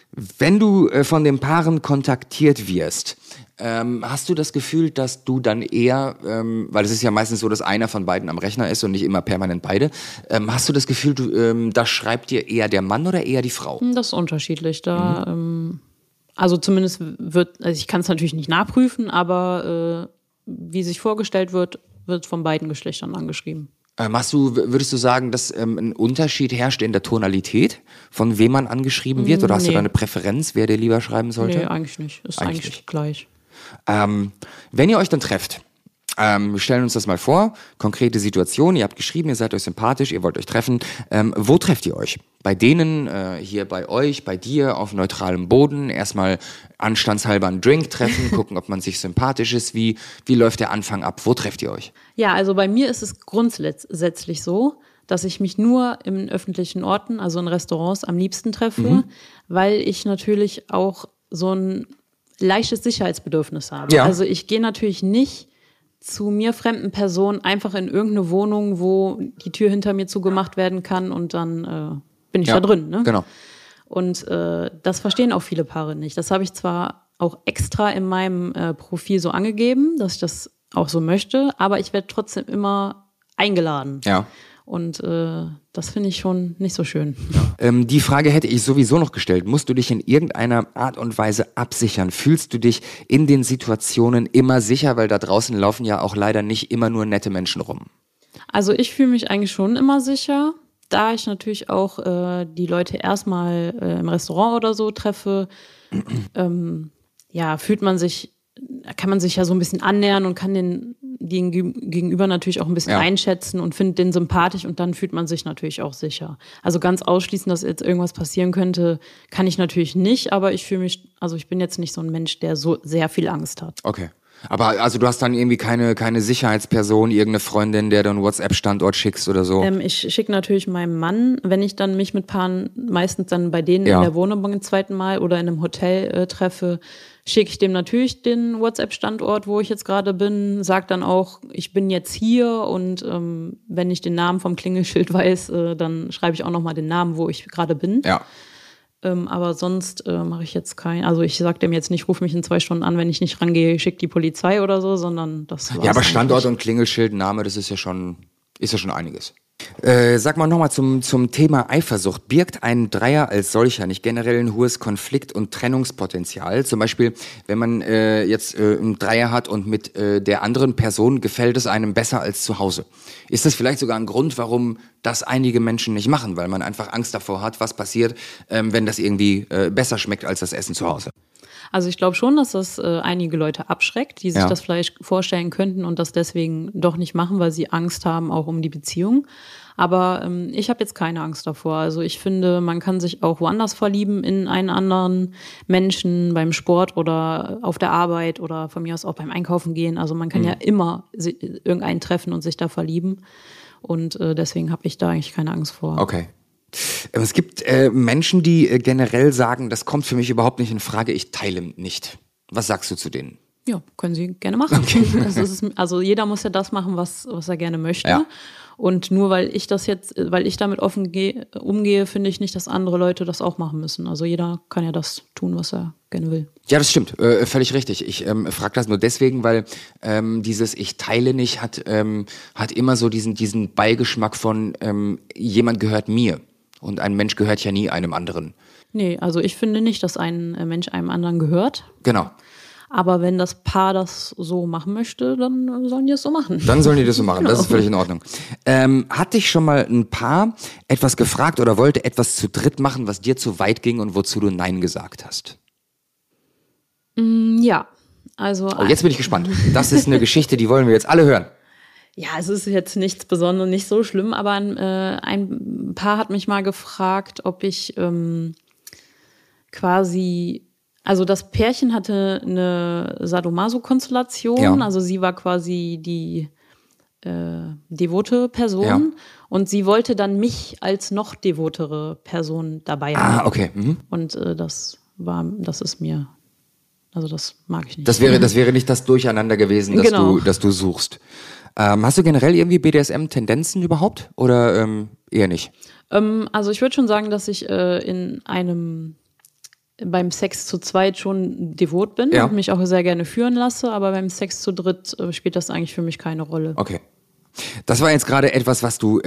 Wenn du von den Paaren kontaktiert wirst, hast du das Gefühl, dass du dann eher, weil es ist ja meistens so, dass einer von beiden am Rechner ist und nicht immer permanent beide, hast du das Gefühl, da schreibt dir eher der Mann oder eher die Frau? Das ist unterschiedlich. Also zumindest also ich kann es natürlich nicht nachprüfen, aber wie sich vorgestellt wird, wird von beiden Geschlechtern angeschrieben. Würdest du sagen, dass ein Unterschied herrscht in der Tonalität, von wem man angeschrieben wird? Oder hast du da eine Präferenz, wer dir lieber schreiben sollte? Nee, eigentlich nicht. Ist eigentlich gleich. Wenn ihr euch dann trefft, wir stellen uns das mal vor, konkrete Situation, ihr habt geschrieben, ihr seid euch sympathisch, ihr wollt euch treffen. Wo trefft ihr euch? Bei denen, hier bei euch, bei dir, auf neutralem Boden, erstmal anstandshalber einen Drink treffen, gucken, ob man sich sympathisch ist. Wie läuft der Anfang ab? Wo trefft ihr euch? Ja, also bei mir ist es grundsätzlich so, dass ich mich nur in öffentlichen Orten, also in Restaurants, am liebsten treffe, weil ich natürlich auch so ein leichtes Sicherheitsbedürfnis habe. Ja. Also ich gehe natürlich nicht zu mir fremden Personen einfach in irgendeine Wohnung, wo die Tür hinter mir zugemacht werden kann und dann bin ich da drin. Ne? Genau. Und das verstehen auch viele Paare nicht. Das habe ich zwar auch extra in meinem Profil so angegeben, dass ich das auch so möchte, aber ich werde trotzdem immer eingeladen. Ja. Und das finde ich schon nicht so schön. Die Frage hätte ich sowieso noch gestellt. Musst du dich in irgendeiner Art und Weise absichern? Fühlst du dich in den Situationen immer sicher? Weil da draußen laufen ja auch leider nicht immer nur nette Menschen rum. Also ich fühle mich eigentlich schon immer sicher. Da ich natürlich auch die Leute erstmal im Restaurant oder so treffe, kann man sich ja so ein bisschen annähern und kann den Gegenüber natürlich auch ein bisschen einschätzen und findet den sympathisch und dann fühlt man sich natürlich auch sicher. Also ganz ausschließen, dass jetzt irgendwas passieren könnte, kann ich natürlich nicht, aber ich bin jetzt nicht so ein Mensch, der so sehr viel Angst hat. Okay. Aber also du hast dann irgendwie keine Sicherheitsperson, irgendeine Freundin, der du einen WhatsApp-Standort schickst oder so? Ich schicke natürlich meinem Mann, wenn ich dann mich mit Paaren meistens dann bei denen in der Wohnung beim zweiten Mal oder in einem Hotel treffe, schicke ich dem natürlich den WhatsApp-Standort, wo ich jetzt gerade bin, sage dann auch, ich bin jetzt hier und wenn ich den Namen vom Klingelschild weiß, dann schreibe ich auch nochmal den Namen, wo ich gerade bin. Ja. Aber sonst mache ich jetzt also ich sage dem jetzt nicht, ruf mich in 2 Stunden an, wenn ich nicht rangehe, schick die Polizei oder so, sondern das war's. Ja, aber Standort und Klingelschild, Name, das ist ja schon einiges. Sag mal nochmal zum Thema Eifersucht. Birgt ein Dreier als solcher nicht generell ein hohes Konflikt- und Trennungspotenzial? Zum Beispiel, wenn man jetzt einen Dreier hat und mit der anderen Person gefällt es einem besser als zu Hause. Ist das vielleicht sogar ein Grund, warum das einige Menschen nicht machen? Weil man einfach Angst davor hat, was passiert, wenn das irgendwie besser schmeckt als das Essen zu Hause? Also ich glaube schon, dass das einige Leute abschreckt, die sich das vielleicht vorstellen könnten und das deswegen doch nicht machen, weil sie Angst haben, auch um die Beziehung. Aber ich habe jetzt keine Angst davor. Also ich finde, man kann sich auch woanders verlieben in einen anderen Menschen, beim Sport oder auf der Arbeit oder von mir aus auch beim Einkaufen gehen. Also man kann ja immer irgendeinen treffen und sich da verlieben. Und deswegen habe ich da eigentlich keine Angst vor. Okay. Es gibt Menschen, die generell sagen, das kommt für mich überhaupt nicht in Frage, ich teile nicht. Was sagst du zu denen? Ja, können sie gerne machen. Okay. Also jeder muss ja das machen, was er gerne möchte. Ja. Und nur weil ich damit offen umgehe, finde ich nicht, dass andere Leute das auch machen müssen. Also jeder kann ja das tun, was er gerne will. Ja, das stimmt. Völlig richtig. Ich frage das nur deswegen, weil dieses Ich teile nicht hat immer so diesen Beigeschmack von jemand gehört mir. Und ein Mensch gehört ja nie einem anderen. Nee, also ich finde nicht, dass ein Mensch einem anderen gehört. Genau. Aber wenn das Paar das so machen möchte, dann sollen die es so machen. Dann sollen die das so machen, das ist völlig in Ordnung. Hat dich schon mal ein Paar etwas gefragt oder wollte etwas zu dritt machen, was dir zu weit ging und wozu du Nein gesagt hast? Ja, also... Oh, jetzt bin ich gespannt. Das ist eine Geschichte, die wollen wir jetzt alle hören. Ja, es ist jetzt nichts Besonderes, nicht so schlimm, aber ein Paar hat mich mal gefragt, ob ich also das Pärchen hatte eine Sadomaso-Konstellation, also sie war quasi die devote Person und sie wollte dann mich als noch devotere Person dabei haben. Ah, okay. Mhm. Und das mag ich nicht. Das wäre nicht das Durcheinander gewesen, das du suchst. Hast du generell irgendwie BDSM-Tendenzen überhaupt oder eher nicht? Also ich würde schon sagen, dass ich in einem beim Sex zu zweit schon devot bin und mich auch sehr gerne führen lasse, aber beim Sex zu dritt spielt das eigentlich für mich keine Rolle. Okay. Das war jetzt gerade etwas, was du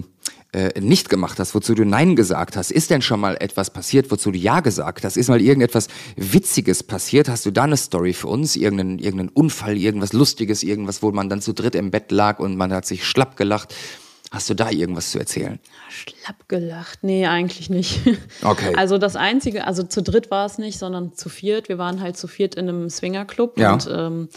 nicht gemacht hast, wozu du Nein gesagt hast. Ist denn schon mal etwas passiert, wozu du Ja gesagt hast? Ist mal irgendetwas Witziges passiert? Hast du da eine Story für uns? Irgendeinen Unfall, irgendwas Lustiges, irgendwas, wo man dann zu dritt im Bett lag und man hat sich schlapp gelacht? Hast du da irgendwas zu erzählen? Schlapp gelacht? Nee, eigentlich nicht. Okay. Also das Einzige, also zu dritt war es nicht, sondern zu viert. Wir waren halt zu viert in einem Swingerclub und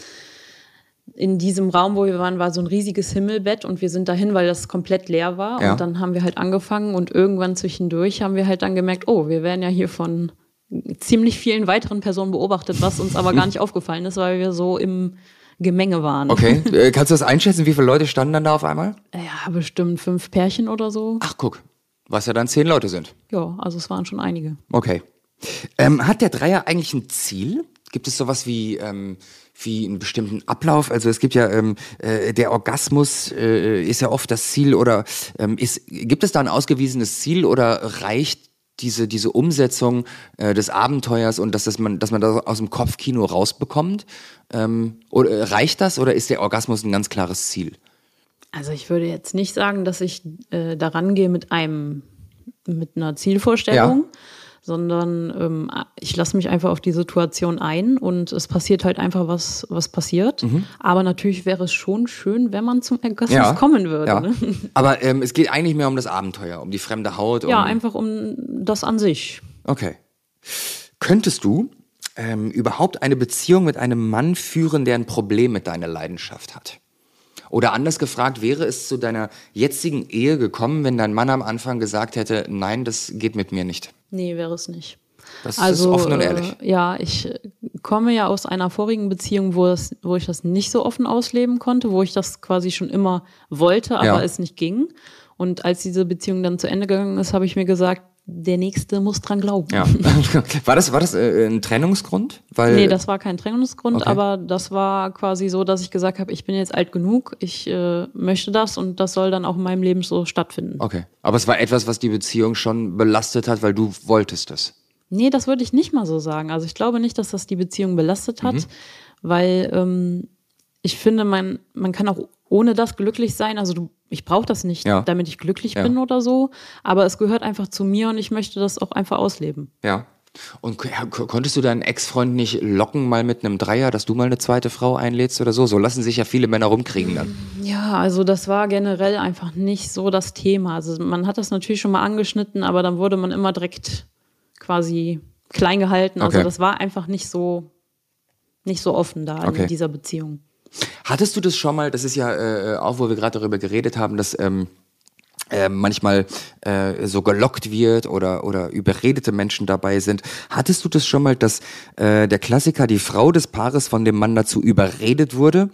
in diesem Raum, wo wir waren, war so ein riesiges Himmelbett und wir sind dahin, weil das komplett leer war. Und dann haben wir halt angefangen und irgendwann zwischendurch haben wir halt dann gemerkt, oh, wir werden ja hier von ziemlich vielen weiteren Personen beobachtet, was uns aber gar nicht aufgefallen ist, weil wir so im Gemenge waren. Okay, kannst du das einschätzen? Wie viele Leute standen dann da auf einmal? Ja, bestimmt 5 Pärchen oder so. Ach, guck, was ja dann 10 Leute sind. Ja, also es waren schon einige. Okay. Hat der Dreier eigentlich ein Ziel? Gibt es sowas wie einen bestimmten Ablauf? Also es gibt ja, der Orgasmus ist ja oft das Ziel oder gibt es da ein ausgewiesenes Ziel oder reicht diese Umsetzung des Abenteuers und dass man das aus dem Kopfkino rausbekommt? Oder reicht das oder ist der Orgasmus ein ganz klares Ziel? Also ich würde jetzt nicht sagen, dass ich daran gehe mit einer Zielvorstellung, sondern ich lasse mich einfach auf die Situation ein und es passiert halt einfach, was passiert. Aber natürlich wäre es schon schön, wenn man zum Orgasmus kommen würde. Ja. Ne? Aber es geht eigentlich mehr um das Abenteuer, um die fremde Haut. Ja, einfach um das an sich. Okay. Könntest du überhaupt eine Beziehung mit einem Mann führen, der ein Problem mit deiner Leidenschaft hat? Oder anders gefragt, wäre es zu deiner jetzigen Ehe gekommen, wenn dein Mann am Anfang gesagt hätte, nein, das geht mit mir nicht? Nee, wäre es nicht. Das ist offen und ehrlich. Ja, ich komme ja aus einer vorigen Beziehung, wo ich das nicht so offen ausleben konnte, wo ich das quasi schon immer wollte, aber es nicht ging. Und als diese Beziehung dann zu Ende gegangen ist, habe ich mir gesagt, der Nächste muss dran glauben. Ja. War das ein Trennungsgrund? Nee, das war kein Trennungsgrund, aber das war quasi so, dass ich gesagt habe, ich bin jetzt alt genug, ich möchte das und das soll dann auch in meinem Leben so stattfinden. Okay, aber es war etwas, was die Beziehung schon belastet hat, weil du wolltest es? Nee, das würde ich nicht mal so sagen. Also ich glaube nicht, dass das die Beziehung belastet hat, weil ich finde, man kann auch ohne das glücklich sein. Also ich brauche das nicht, damit ich glücklich bin oder so. Aber es gehört einfach zu mir und ich möchte das auch einfach ausleben. Ja. Und konntest du deinen Ex-Freund nicht locken mal mit einem Dreier, dass du mal eine zweite Frau einlädst oder so? So lassen sich ja viele Männer rumkriegen dann. Ja, also das war generell einfach nicht so das Thema. Also man hat das natürlich schon mal angeschnitten, aber dann wurde man immer direkt quasi klein gehalten. Also das war einfach nicht so offen da in dieser Beziehung. Hattest du das schon mal, das ist ja auch, wo wir gerade darüber geredet haben, dass manchmal so gelockt wird oder überredete Menschen dabei sind. Hattest du das schon mal, dass der Klassiker, die Frau des Paares von dem Mann dazu überredet wurde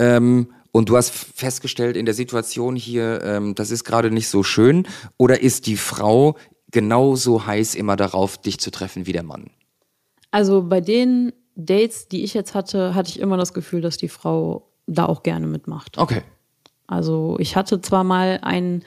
und du hast festgestellt in der Situation hier, das ist gerade nicht so schön, oder ist die Frau genauso heiß immer darauf, dich zu treffen wie der Mann? Also bei den Dates, die ich jetzt hatte ich immer das Gefühl, dass die Frau da auch gerne mitmacht. Okay. Also ich hatte zwar mal ein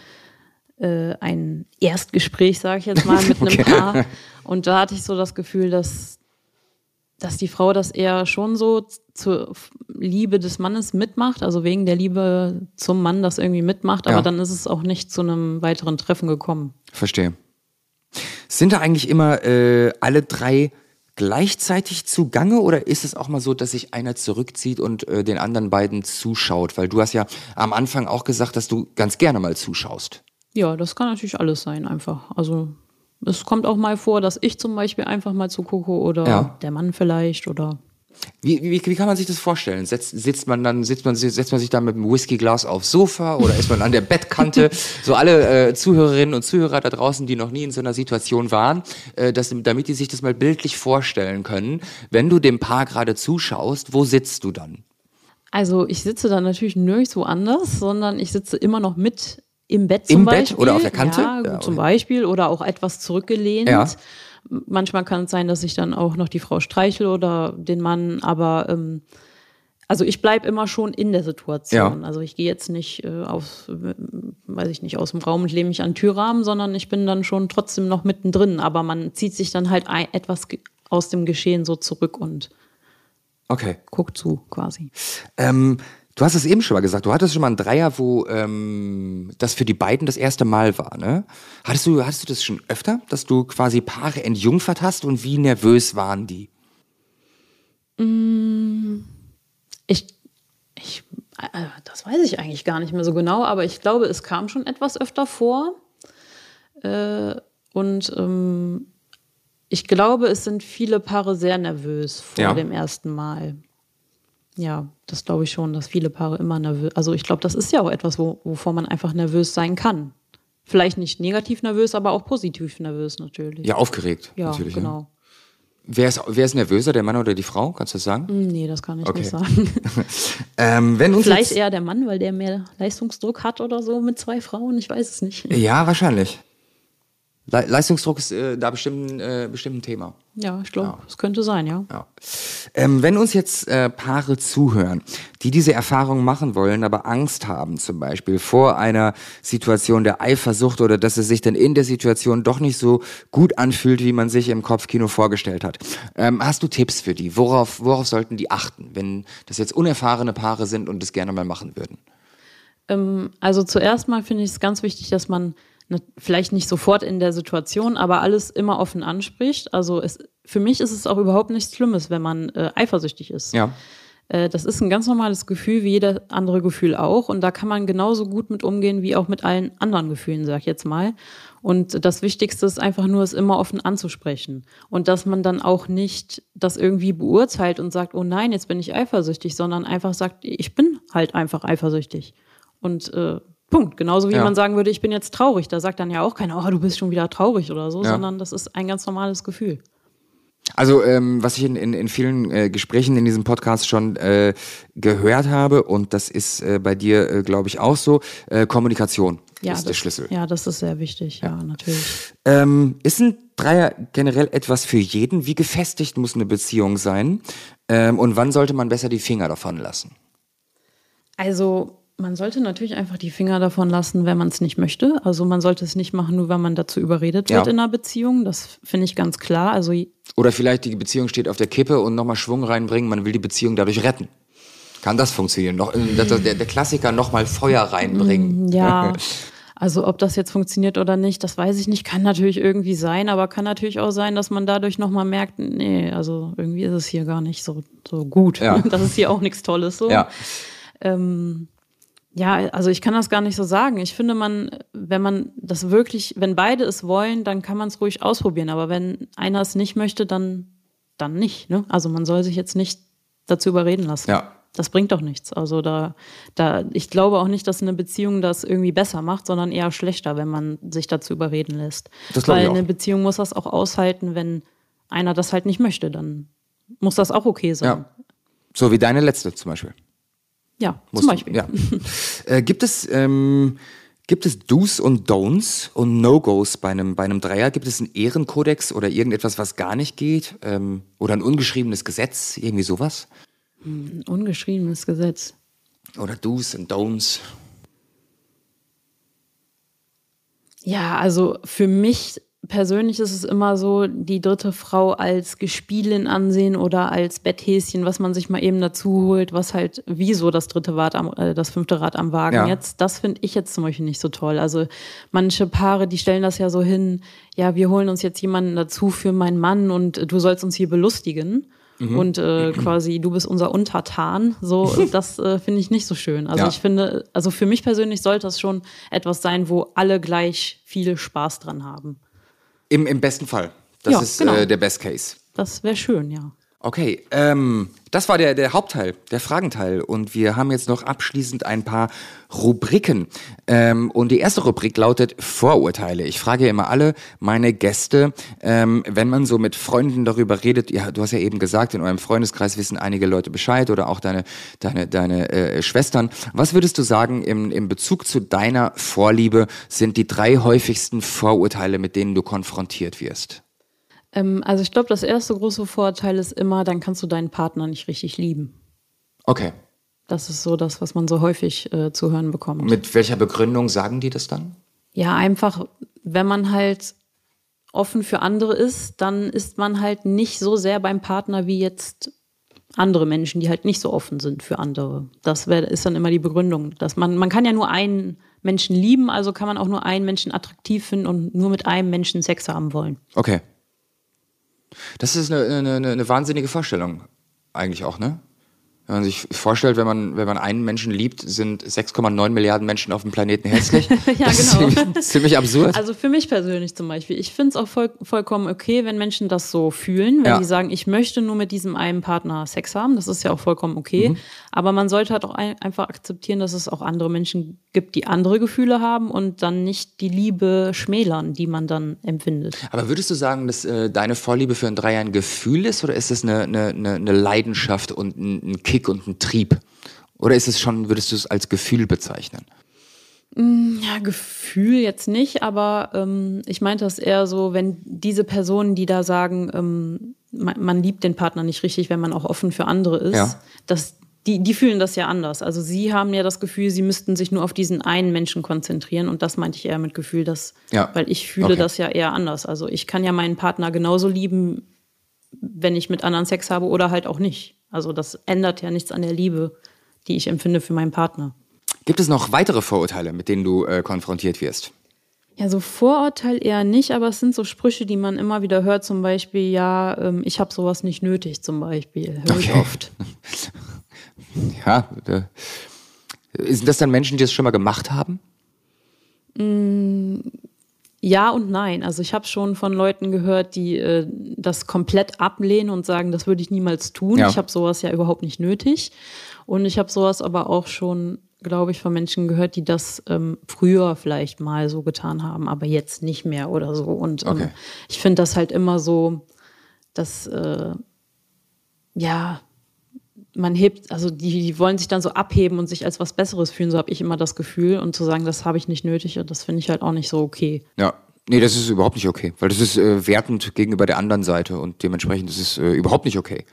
Erstgespräch, sage ich jetzt mal, mit einem Paar und da hatte ich so das Gefühl, dass die Frau das eher schon so zur Liebe des Mannes mitmacht, also wegen der Liebe zum Mann das irgendwie mitmacht, aber dann ist es auch nicht zu einem weiteren Treffen gekommen. Verstehe. Sind da eigentlich immer alle drei gleichzeitig zugange oder ist es auch mal so, dass sich einer zurückzieht und den anderen beiden zuschaut? Weil du hast ja am Anfang auch gesagt, dass du ganz gerne mal zuschaust. Ja, das kann natürlich alles sein einfach. Also es kommt auch mal vor, dass ich zum Beispiel einfach mal zugucke oder der Mann vielleicht oder... Wie kann man sich das vorstellen? Setzt man sich dann mit einem Whiskyglas aufs Sofa oder ist man an der Bettkante? So alle Zuhörerinnen und Zuhörer da draußen, die noch nie in so einer Situation waren, damit die sich das mal bildlich vorstellen können. Wenn du dem Paar gerade zuschaust, wo sitzt du dann? Also ich sitze dann natürlich nirgendwo anders, sondern ich sitze immer noch mit im Bett zum Beispiel. Im Bett oder auf der Kante? Ja, zum Beispiel oder auch etwas zurückgelehnt. Ja. Manchmal kann es sein, dass ich dann auch noch die Frau streichle oder den Mann, aber also ich bleibe immer schon in der Situation. Ja. Also ich gehe jetzt nicht aus dem Raum und lehne mich an den Türrahmen, sondern ich bin dann schon trotzdem noch mittendrin. Aber man zieht sich dann halt etwas aus dem Geschehen so zurück und guckt zu quasi. Du hast es eben schon mal gesagt, du hattest schon mal einen Dreier, wo das für die beiden das erste Mal war, ne? Hattest du das schon öfter, dass du quasi Paare entjungfert hast und wie nervös waren die? Das weiß ich eigentlich gar nicht mehr so genau, aber ich glaube, es kam schon etwas öfter vor. Ich glaube, es sind viele Paare sehr nervös vor dem ersten Mal. Ja, das glaube ich schon, dass viele Paare immer nervös. Also ich glaube, das ist ja auch etwas, wovor man einfach nervös sein kann. Vielleicht nicht negativ nervös, aber auch positiv nervös natürlich. Ja, aufgeregt ja, natürlich. Genau. Ja. Wer ist nervöser, der Mann oder die Frau? Kannst du das sagen? Nee, das kann ich nicht sagen. Vielleicht eher der Mann, weil der mehr Leistungsdruck hat oder so mit 2 Frauen. Ich weiß es nicht. Ja, wahrscheinlich. Leistungsdruck ist da bestimmt ein Thema. Ja, ich glaube, es könnte sein, ja. Wenn uns jetzt Paare zuhören, die diese Erfahrung machen wollen, aber Angst haben zum Beispiel vor einer Situation der Eifersucht oder dass es sich dann in der Situation doch nicht so gut anfühlt, wie man sich im Kopfkino vorgestellt hat. Hast du Tipps für die? Worauf sollten die achten, wenn das jetzt unerfahrene Paare sind und das gerne mal machen würden? Also zuerst mal finde ich es ganz wichtig, dass man vielleicht nicht sofort in der Situation, aber alles immer offen anspricht. Also für mich ist es auch überhaupt nichts Schlimmes, wenn man eifersüchtig ist. Ja. Das ist ein ganz normales Gefühl, wie jeder andere Gefühl auch. Und da kann man genauso gut mit umgehen, wie auch mit allen anderen Gefühlen, sag ich jetzt mal. Und das Wichtigste ist einfach nur, es immer offen anzusprechen. Und dass man dann auch nicht das irgendwie beurteilt und sagt, oh nein, jetzt bin ich eifersüchtig, sondern einfach sagt, ich bin halt einfach eifersüchtig. Und Punkt. Genauso wie man sagen würde, ich bin jetzt traurig. Da sagt dann ja auch keiner, oh, du bist schon wieder traurig oder so, sondern das ist ein ganz normales Gefühl. Also was ich in vielen Gesprächen in diesem Podcast schon gehört habe, und das ist bei dir, glaube ich, auch so, Kommunikation ist der Schlüssel. Ja, das ist sehr wichtig, ja natürlich. Ist ein Dreier generell etwas für jeden? Wie gefestigt muss eine Beziehung sein? Und wann sollte man besser die Finger davon lassen? Also man sollte natürlich einfach die Finger davon lassen, wenn man es nicht möchte. Also man sollte es nicht machen, nur weil man dazu überredet wird in einer Beziehung. Das finde ich ganz klar. Also oder vielleicht die Beziehung steht auf der Kippe und nochmal Schwung reinbringen, man will die Beziehung dadurch retten. Kann das funktionieren? Der Klassiker nochmal Feuer reinbringen. Ja, also ob das jetzt funktioniert oder nicht, das weiß ich nicht. Kann natürlich irgendwie sein, aber kann natürlich auch sein, dass man dadurch nochmal merkt, nee, also irgendwie ist es hier gar nicht so gut. Ja. Das ist hier auch nichts Tolles so. Ja. Ja, also ich kann das gar nicht so sagen. Ich finde, wenn beide es wollen, dann kann man es ruhig ausprobieren. Aber wenn einer es nicht möchte, dann nicht. Ne? Also man soll sich jetzt nicht dazu überreden lassen. Ja. Das bringt doch nichts. Also ich glaube auch nicht, dass eine Beziehung das irgendwie besser macht, sondern eher schlechter, wenn man sich dazu überreden lässt. Das glaube ich auch. Weil eine Beziehung muss das auch aushalten, wenn einer das halt nicht möchte, dann muss das auch okay sein. Ja. So wie deine letzte zum Beispiel. Ja, zum Beispiel. Ja. Gibt es Do's und Don'ts und No-Gos bei einem Dreier? Gibt es einen Ehrenkodex oder irgendetwas, was gar nicht geht? Oder ein ungeschriebenes Gesetz? Irgendwie sowas? Ein ungeschriebenes Gesetz. Oder Do's und Don'ts? Ja, also für mich persönlich ist es immer so, die dritte Frau als Gespielin ansehen oder als Betthäschen, was man sich mal eben dazu holt, was halt wie so das 5. Rad am Wagen jetzt. Das finde ich jetzt zum Beispiel nicht so toll. Also manche Paare, die stellen das ja so hin, ja, wir holen uns jetzt jemanden dazu für meinen Mann und du sollst uns hier belustigen. Und quasi, du bist unser Untertan. So, das finde ich nicht so schön. Also ich finde, also für mich persönlich sollte das schon etwas sein, wo alle gleich viel Spaß dran haben. Im besten Fall. Das ist genau. Der Best Case. Das wäre schön, ja. Okay, das war der Hauptteil, der Fragenteil. Und wir haben jetzt noch abschließend ein paar Rubriken. Und die erste Rubrik lautet Vorurteile. Ich frage immer alle meine Gäste, wenn man so mit Freunden darüber redet, ja, du hast ja eben gesagt, in eurem Freundeskreis wissen einige Leute Bescheid oder auch deine Schwestern. Was würdest du sagen, im Bezug zu deiner Vorliebe sind die 3 häufigsten Vorurteile, mit denen du konfrontiert wirst? Also ich glaube, das erste große Vorteil ist immer, dann kannst du deinen Partner nicht richtig lieben. Okay. Das ist so das, was man so häufig zu hören bekommt. Mit welcher Begründung sagen die das dann? Ja, einfach, wenn man halt offen für andere ist, dann ist man halt nicht so sehr beim Partner wie jetzt andere Menschen, die halt nicht so offen sind für andere. Ist dann immer die Begründung, dass man kann ja nur einen Menschen lieben, also kann man auch nur einen Menschen attraktiv finden und nur mit einem Menschen Sex haben wollen. Okay. Das ist eine wahnsinnige Vorstellung eigentlich auch, ne? Wenn man sich vorstellt, wenn man einen Menschen liebt, sind 6,9 Milliarden Menschen auf dem Planeten hässlich. Ja, das genau. Ist ziemlich absurd. Also für mich persönlich zum Beispiel. Ich finde es auch vollkommen okay, wenn Menschen das so fühlen, wenn die sagen, ich möchte nur mit diesem einen Partner Sex haben. Das ist ja auch vollkommen okay. Aber man sollte halt auch einfach akzeptieren, dass es auch andere Menschen gibt, die andere Gefühle haben und dann nicht die Liebe schmälern, die man dann empfindet. Aber würdest du sagen, dass deine Vorliebe für einen Dreier ein Gefühl ist oder ist es eine Leidenschaft und ein Kick und ein Trieb? Oder ist es schon, würdest du es als Gefühl bezeichnen? Ja, Gefühl jetzt nicht, aber ich meinte das eher so, wenn diese Personen, die da sagen, man liebt den Partner nicht richtig, wenn man auch offen für andere ist, dass die fühlen das ja anders. Also sie haben ja das Gefühl, sie müssten sich nur auf diesen einen Menschen konzentrieren und das meinte ich eher mit Gefühl, weil ich fühle das ja eher anders. Also ich kann ja meinen Partner genauso lieben, wenn ich mit anderen Sex habe oder halt auch nicht. Also das ändert ja nichts an der Liebe, die ich empfinde für meinen Partner. Gibt es noch weitere Vorurteile, mit denen du konfrontiert wirst? Ja, so Vorurteil eher nicht, aber es sind so Sprüche, die man immer wieder hört, zum Beispiel, ich habe sowas nicht nötig, zum Beispiel, höre ich oft. Ja, sind das dann Menschen, die das schon mal gemacht haben? Ja und nein. Also ich habe schon von Leuten gehört, die das komplett ablehnen und sagen, das würde ich niemals tun. Ja. Ich habe sowas ja überhaupt nicht nötig. Und ich habe sowas aber auch schon, glaube ich, von Menschen gehört, die das früher vielleicht mal so getan haben, aber jetzt nicht mehr oder so. Und ich finde das halt immer so, dass man hebt, also die wollen sich dann so abheben und sich als was Besseres fühlen, so habe ich immer das Gefühl. Und zu sagen, das habe ich nicht nötig, und das finde ich halt auch nicht so okay. Ja, nee, das ist überhaupt nicht okay, weil das ist wertend gegenüber der anderen Seite und dementsprechend ist es überhaupt nicht okay.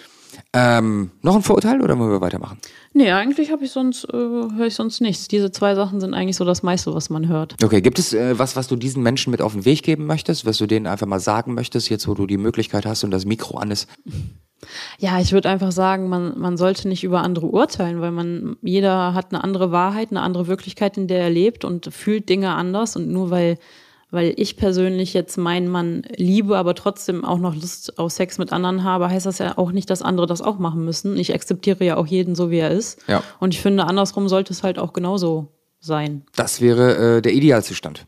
Noch ein Vorurteil oder wollen wir weitermachen? Nee, eigentlich höre ich sonst nichts. Diese zwei Sachen sind eigentlich so das meiste, was man hört. Okay, gibt es was du diesen Menschen mit auf den Weg geben möchtest, was du denen einfach mal sagen möchtest, jetzt wo du die Möglichkeit hast und das Mikro an ist? Ja, ich würde einfach sagen, man sollte nicht über andere urteilen, weil jeder hat eine andere Wahrheit, eine andere Wirklichkeit, in der er lebt und fühlt Dinge anders. Und nur weil ich persönlich jetzt meinen Mann liebe, aber trotzdem auch noch Lust auf Sex mit anderen habe, heißt das ja auch nicht, dass andere das auch machen müssen. Ich akzeptiere ja auch jeden so, wie er ist. Ja. Und ich finde, andersrum sollte es halt auch genauso sein. Das wäre der Idealzustand.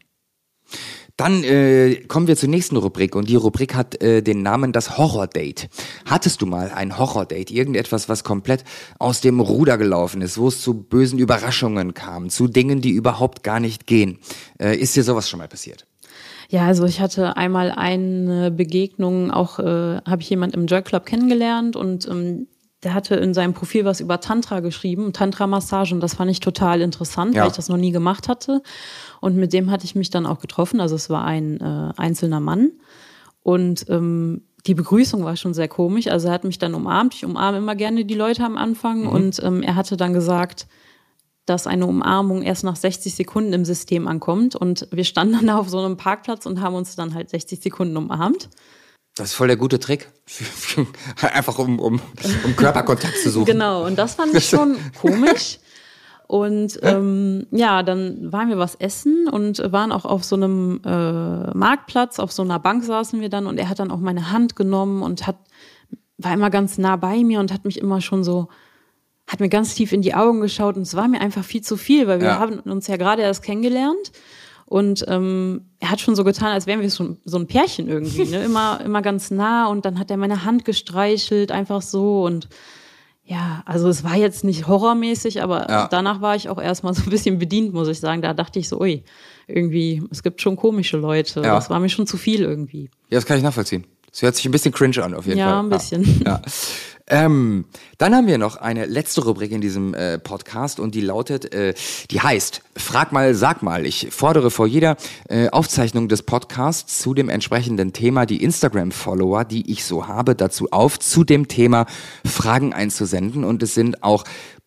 Dann kommen wir zur nächsten Rubrik und die Rubrik hat den Namen das Horror-Date. Hattest du mal ein Horror-Date? Irgendetwas, was komplett aus dem Ruder gelaufen ist, wo es zu bösen Überraschungen kam, zu Dingen, die überhaupt gar nicht gehen? Ist dir sowas schon mal passiert? Ja, also ich hatte einmal eine Begegnung, auch habe ich jemand im Jerk-Club kennengelernt und der hatte in seinem Profil was über Tantra geschrieben, Tantra-Massage, und das fand ich total interessant, weil ich das noch nie gemacht hatte. Und mit dem hatte ich mich dann auch getroffen, also es war ein einzelner Mann. Und die Begrüßung war schon sehr komisch, also er hat mich dann umarmt. Ich umarme immer gerne die Leute am Anfang und er hatte dann gesagt, dass eine Umarmung erst nach 60 Sekunden im System ankommt. Und wir standen dann auf so einem Parkplatz und haben uns dann halt 60 Sekunden umarmt. Das ist voll der gute Trick, einfach um Körperkontakt zu suchen. Genau, und das fand ich schon komisch. Und dann waren wir was essen und waren auch auf so einem Marktplatz, auf so einer Bank saßen wir dann und er hat dann auch meine Hand genommen und war immer ganz nah bei mir und hat mich immer schon so, hat mir ganz tief in die Augen geschaut und es war mir einfach viel zu viel, weil wir haben uns ja gerade erst kennengelernt. Und er hat schon so getan, als wären wir so ein Pärchen irgendwie, ne? Immer ganz nah und dann hat er meine Hand gestreichelt, einfach so und ja, also es war jetzt nicht horrormäßig, aber danach war ich auch erstmal so ein bisschen bedient, muss ich sagen. Da dachte ich so, ui, irgendwie, es gibt schon komische Leute. Ja. Das war mir schon zu viel irgendwie. Ja, das kann ich nachvollziehen. Das hört sich ein bisschen cringe an, auf jeden Fall. Ja, ein bisschen. Ja. Dann haben wir noch eine letzte Rubrik in diesem Podcast und die lautet, die heißt Frag mal, sag mal. Ich fordere vor jeder Aufzeichnung des Podcasts zu dem entsprechenden Thema die Instagram-Follower, die ich so habe, dazu auf, zu dem Thema Fragen einzusenden und es sind auch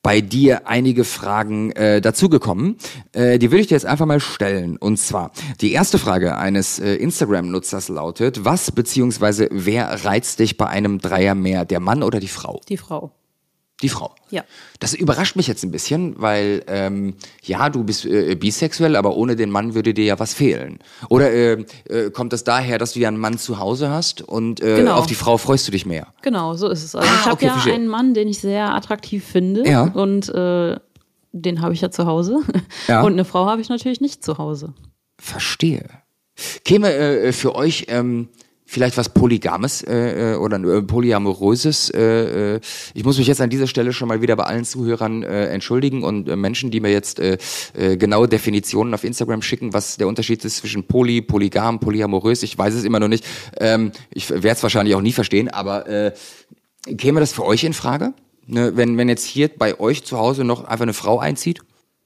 bei dir einige Fragen dazugekommen. Die würde ich dir jetzt einfach mal stellen. Und zwar, die erste Frage eines Instagram-Nutzers lautet, was bzw. wer reizt dich bei einem Dreier mehr, der Mann oder die Frau? Die Frau. Die Frau. Ja. Das überrascht mich jetzt ein bisschen, weil ja, du bist bisexuell, aber ohne den Mann würde dir ja was fehlen. Oder kommt das daher, dass du ja einen Mann zu Hause hast und Genau. auf die Frau freust du dich mehr? Genau, so ist es. Also ich habe okay, ja verstehe. einen Mann, den ich sehr attraktiv finde Ja. und den habe ich ja zu Hause. Ja. Und eine Frau habe ich natürlich nicht zu Hause. Verstehe. Käme für euch vielleicht was Polygames oder Polyamoröses? Ich muss mich jetzt an dieser Stelle schon mal wieder bei allen Zuhörern entschuldigen und Menschen, die mir jetzt genaue Definitionen auf Instagram schicken, was der Unterschied ist zwischen Polygam, polyamorös. Ich weiß es immer noch nicht. Ich werde es wahrscheinlich auch nie verstehen, aber käme das für euch in Frage? Ne, wenn jetzt hier bei euch zu Hause noch einfach eine Frau einzieht?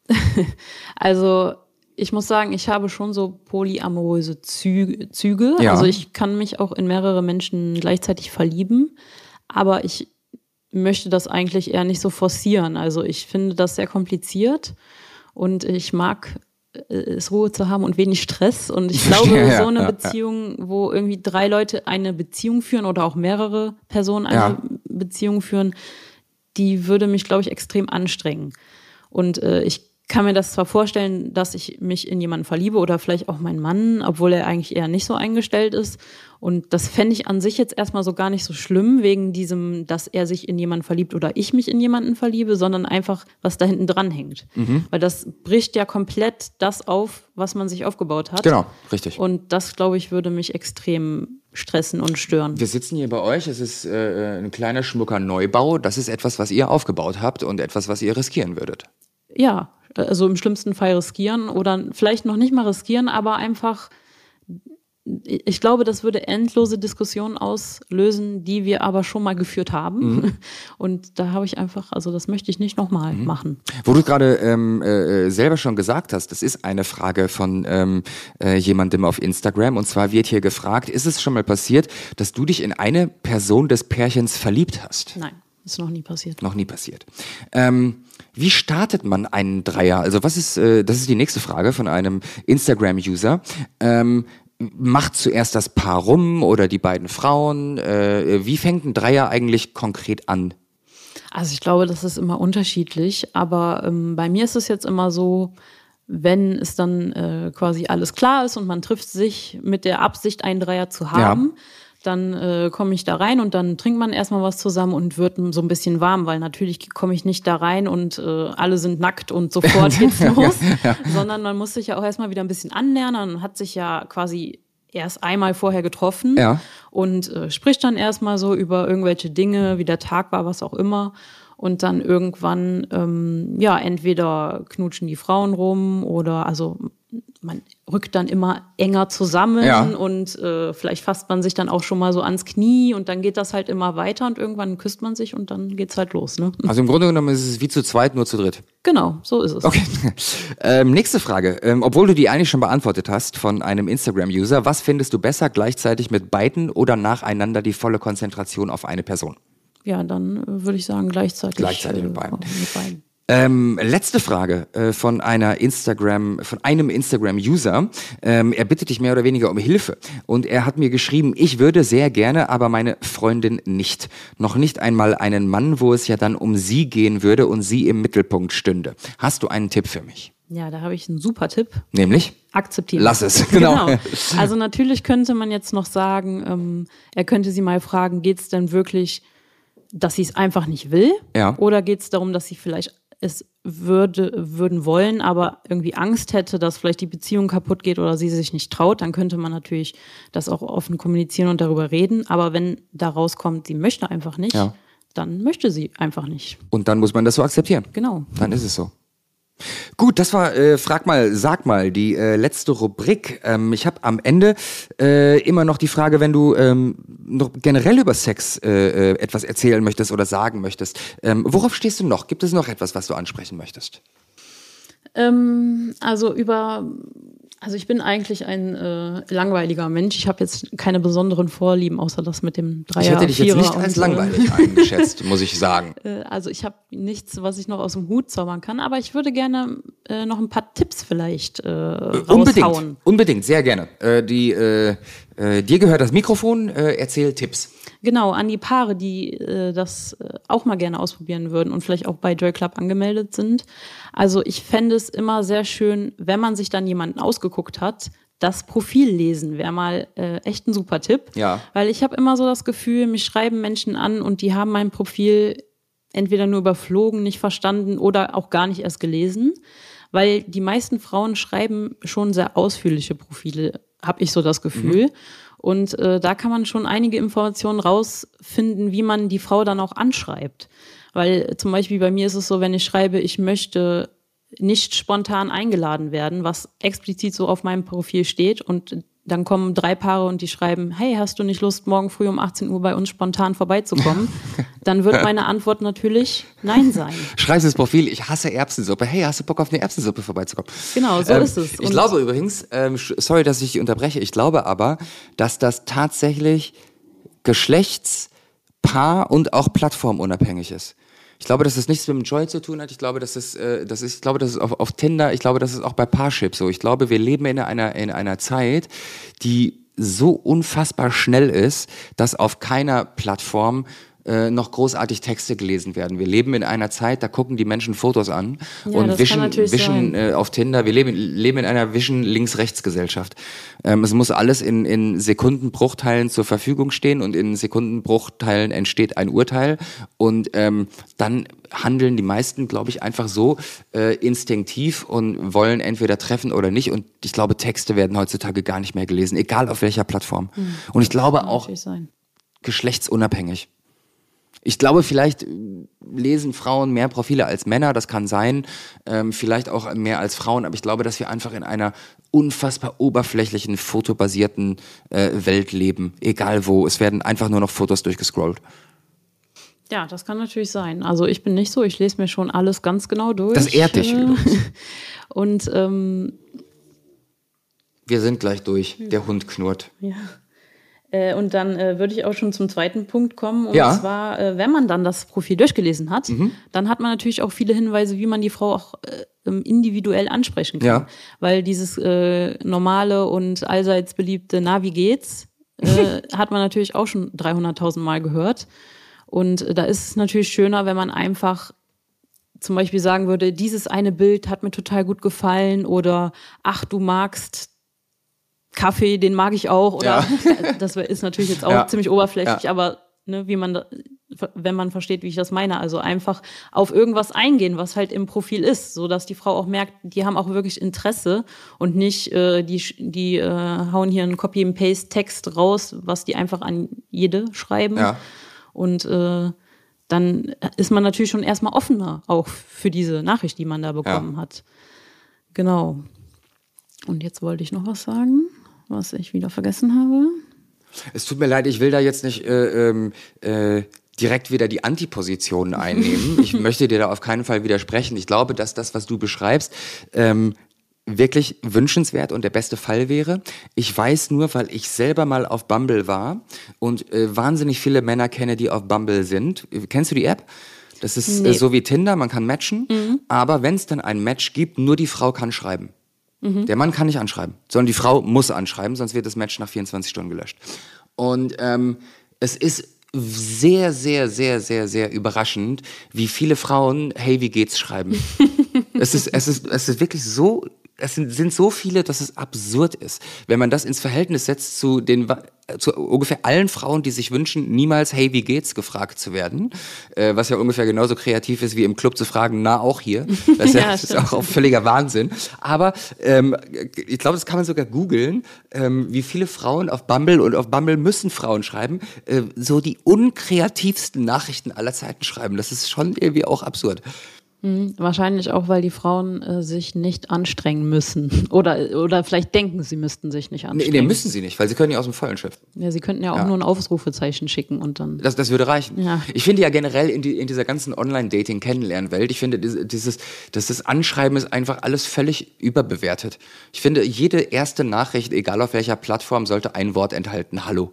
Also ich muss sagen, ich habe schon so polyamoröse Züge. Ja. Also ich kann mich auch in mehrere Menschen gleichzeitig verlieben, aber ich möchte das eigentlich eher nicht so forcieren. Also ich finde das sehr kompliziert und ich mag es, Ruhe zu haben und wenig Stress. Und ich glaube, Ja, so eine ja, Beziehung, wo irgendwie 3 Leute eine Beziehung führen oder auch mehrere Personen eine Ja. Beziehung führen, die würde mich, glaube ich, extrem anstrengen. Und ich kann mir das zwar vorstellen, dass ich mich in jemanden verliebe oder vielleicht auch meinen Mann, obwohl er eigentlich eher nicht so eingestellt ist. Und das fände ich an sich jetzt erstmal so gar nicht so schlimm, wegen diesem, dass er sich in jemanden verliebt oder ich mich in jemanden verliebe, sondern einfach, was da hinten dran hängt. Weil das bricht ja komplett das auf, was man sich aufgebaut hat. Genau, richtig. Und das, glaube ich, würde mich extrem stressen und stören. Wir sitzen hier bei euch, es ist ein kleiner schmucker Neubau. Das ist etwas, was ihr aufgebaut habt und etwas, was ihr riskieren würdet. Ja, also im schlimmsten Fall riskieren oder vielleicht noch nicht mal riskieren, aber einfach, ich glaube, das würde endlose Diskussionen auslösen, die wir aber schon mal geführt haben. Und da habe ich einfach, also das möchte ich nicht nochmal machen. Wo du gerade selber schon gesagt hast, das ist eine Frage von jemandem auf Instagram. Und zwar wird hier gefragt, ist es schon mal passiert, dass du dich in eine Person des Pärchens verliebt hast? Nein, ist noch nie passiert. Noch nie passiert. Wie startet man einen Dreier? Also was ist, das ist die nächste Frage von einem Instagram-User. Macht zuerst das Paar rum oder die beiden Frauen? Wie fängt ein Dreier eigentlich konkret an? Also ich glaube, das ist immer unterschiedlich, aber bei mir ist es jetzt immer so, wenn es dann quasi alles klar ist und man trifft sich mit der Absicht, einen Dreier zu haben, dann komme ich da rein und dann trinkt man erstmal was zusammen und wird so ein bisschen warm, weil natürlich komme ich nicht da rein und alle sind nackt und sofort geht's los, sondern man muss sich ja auch erstmal wieder ein bisschen annähern. Man hat sich ja quasi erst einmal vorher getroffen und spricht dann erstmal so über irgendwelche Dinge, wie der Tag war, was auch immer. Und dann irgendwann, entweder knutschen die Frauen rum oder also man rückt dann immer enger zusammen und vielleicht fasst man sich dann auch schon mal so ans Knie und dann geht das halt immer weiter und irgendwann küsst man sich und dann geht's halt los. Ne? Also im Grunde genommen ist es wie zu zweit, nur zu dritt. Genau, so ist es. Okay. Nächste Frage. Obwohl du die eigentlich schon beantwortet hast von einem Instagram-User, was findest du besser, gleichzeitig mit beiden oder nacheinander die volle Konzentration auf eine Person? Ja, dann würde ich sagen gleichzeitig. Gleichzeitig mit beiden. Mit beiden. Letzte Frage von einem Instagram-User. Er bittet dich mehr oder weniger um Hilfe. Und er hat mir geschrieben, ich würde sehr gerne, aber meine Freundin nicht. Noch nicht einmal einen Mann, wo es ja dann um sie gehen würde und sie im Mittelpunkt stünde. Hast du einen Tipp für mich? Ja, da habe ich einen super Tipp. Nämlich? Akzeptieren. Lass es, genau. Also natürlich könnte man jetzt noch sagen, er könnte sie mal fragen, geht es denn wirklich, dass sie es einfach nicht will? Ja. Oder geht es darum, dass sie vielleicht es würden wollen, aber irgendwie Angst hätte, dass vielleicht die Beziehung kaputt geht oder sie sich nicht traut? Dann könnte man natürlich das auch offen kommunizieren und darüber reden. Aber wenn da rauskommt, sie möchte einfach nicht, dann möchte sie einfach nicht. Und dann muss man das so akzeptieren. Genau. Dann ist es so. Gut, das war Frag mal, sag mal, die letzte Rubrik. Ich habe am Ende immer noch die Frage, wenn du noch generell über Sex etwas erzählen möchtest oder sagen möchtest. Worauf stehst du noch? Gibt es noch etwas, was du ansprechen möchtest? Also ich bin eigentlich ein langweiliger Mensch. Ich habe jetzt keine besonderen Vorlieben, außer das mit dem Dreier, Ich hätte dich jetzt Vierer nicht als langweilig eingeschätzt, muss ich sagen. Also ich habe nichts, was ich noch aus dem Hut zaubern kann, aber ich würde gerne noch ein paar Tipps vielleicht raushauen. Unbedingt, sehr gerne. Dir gehört das Mikrofon, erzähl Tipps. Genau, an die Paare, die das auch mal gerne ausprobieren würden und vielleicht auch bei Joy Club angemeldet sind. Also ich fände es immer sehr schön, wenn man sich dann jemanden ausgeguckt hat, das Profil lesen wäre mal echt ein super Tipp. Ja. Weil ich habe immer so das Gefühl, mich schreiben Menschen an und die haben mein Profil entweder nur überflogen, nicht verstanden oder auch gar nicht erst gelesen. Weil die meisten Frauen schreiben schon sehr ausführliche Profile, habe ich so das Gefühl. Und da kann man schon einige Informationen rausfinden, wie man die Frau dann auch anschreibt. Weil zum Beispiel bei mir ist es so, wenn ich schreibe, ich möchte nicht spontan eingeladen werden, was explizit so auf meinem Profil steht, und dann kommen 3 Paare und die schreiben, hey, hast du nicht Lust, morgen früh um 18 Uhr bei uns spontan vorbeizukommen? Dann wird meine Antwort natürlich Nein sein. Schreibst ins Profil, ich hasse Erbsensuppe. Hey, hast du Bock auf eine Erbsensuppe vorbeizukommen? Genau, so ist es. Ich glaube übrigens, sorry, dass ich dich unterbreche, ich glaube aber, dass das tatsächlich geschlechtspaar- und auch plattformunabhängig ist. Ich glaube, dass es nichts mit dem Joy zu tun hat. Ich glaube, dass es auf Tinder, ich glaube, das ist auch bei Parship so. Ich glaube, wir leben in einer Zeit, die so unfassbar schnell ist, dass auf keiner Plattform noch großartig Texte gelesen werden. Wir leben in einer Zeit, da gucken die Menschen Fotos an und wischen auf Tinder. Wir leben in einer Wischen-Links-Rechts-Gesellschaft. Es muss alles in Sekundenbruchteilen zur Verfügung stehen und in Sekundenbruchteilen entsteht ein Urteil und dann handeln die meisten, glaube ich, einfach so instinktiv und wollen entweder treffen oder nicht. Und ich glaube, Texte werden heutzutage gar nicht mehr gelesen, egal auf welcher Plattform. Und ich glaube auch geschlechtsunabhängig. Ich glaube, vielleicht lesen Frauen mehr Profile als Männer, das kann sein, vielleicht auch mehr als Frauen, aber ich glaube, dass wir einfach in einer unfassbar oberflächlichen, fotobasierten Welt leben, egal wo. Es werden einfach nur noch Fotos durchgescrollt. Ja, das kann natürlich sein. Also ich bin nicht so, ich lese mir schon alles ganz genau durch. Das ehrt dich übrigens. Und wir sind gleich durch, der Hund knurrt. Ja. Und dann würde ich auch schon zum zweiten Punkt kommen. Und ja. zwar, wenn man dann das Profil durchgelesen hat, dann hat man natürlich auch viele Hinweise, wie man die Frau auch individuell ansprechen kann. Ja. Weil dieses normale und allseits beliebte Na, wie geht's? Hat man natürlich auch schon 300.000 Mal gehört. Und da ist es natürlich schöner, wenn man einfach zum Beispiel sagen würde, dieses eine Bild hat mir total gut gefallen oder ach, du magst Kaffee, den mag ich auch. Oder das ist natürlich jetzt auch ziemlich oberflächlich, aber ne, wenn man versteht, wie ich das meine, also einfach auf irgendwas eingehen, was halt im Profil ist, so dass die Frau auch merkt, die haben auch wirklich Interesse und nicht die hauen hier einen Copy-and-Paste-Text raus, was die einfach an jede schreiben. Ja. Und dann ist man natürlich schon erstmal offener auch für diese Nachricht, die man da bekommen hat. Genau. Und jetzt wollte ich noch was sagen, was ich wieder vergessen habe. Es tut mir leid, ich will da jetzt nicht direkt wieder die Antiposition einnehmen. Ich möchte dir da auf keinen Fall widersprechen. Ich glaube, dass das, was du beschreibst, wirklich wünschenswert und der beste Fall wäre. Ich weiß nur, weil ich selber mal auf Bumble war und wahnsinnig viele Männer kenne, die auf Bumble sind. Kennst du die App? Das ist so wie Tinder, man kann matchen, aber wenn es dann ein Match gibt, nur die Frau kann schreiben. Der Mann kann nicht anschreiben, sondern die Frau muss anschreiben, sonst wird das Match nach 24 Stunden gelöscht. Und es ist sehr, sehr, sehr, sehr, sehr überraschend, wie viele Frauen Hey, wie geht's schreiben. Es ist wirklich so, es sind so viele, dass es absurd ist. Wenn man das ins Verhältnis setzt zu ungefähr allen Frauen, die sich wünschen, niemals Hey, wie geht's gefragt zu werden, was ja ungefähr genauso kreativ ist, wie im Club zu fragen, na, auch hier. Das ist auch völliger Wahnsinn. Aber ich glaube, das kann man sogar googeln, wie viele Frauen auf Bumble, und auf Bumble müssen Frauen schreiben, so die unkreativsten Nachrichten aller Zeiten schreiben. Das ist schon irgendwie auch absurd. Wahrscheinlich auch, weil die Frauen sich nicht anstrengen müssen. Oder vielleicht denken, sie müssten sich nicht anstrengen. Nee, müssen sie nicht, weil sie können ja aus dem Vollen schöpfen. Ja, sie könnten ja auch nur ein Ausrufezeichen schicken und dann... Das würde reichen. Ja. Ich finde ja generell in dieser ganzen Online-Dating-Kennenlernen-Welt, ich finde, das Anschreiben ist einfach alles völlig überbewertet. Ich finde, jede erste Nachricht, egal auf welcher Plattform, sollte ein Wort enthalten, Hallo.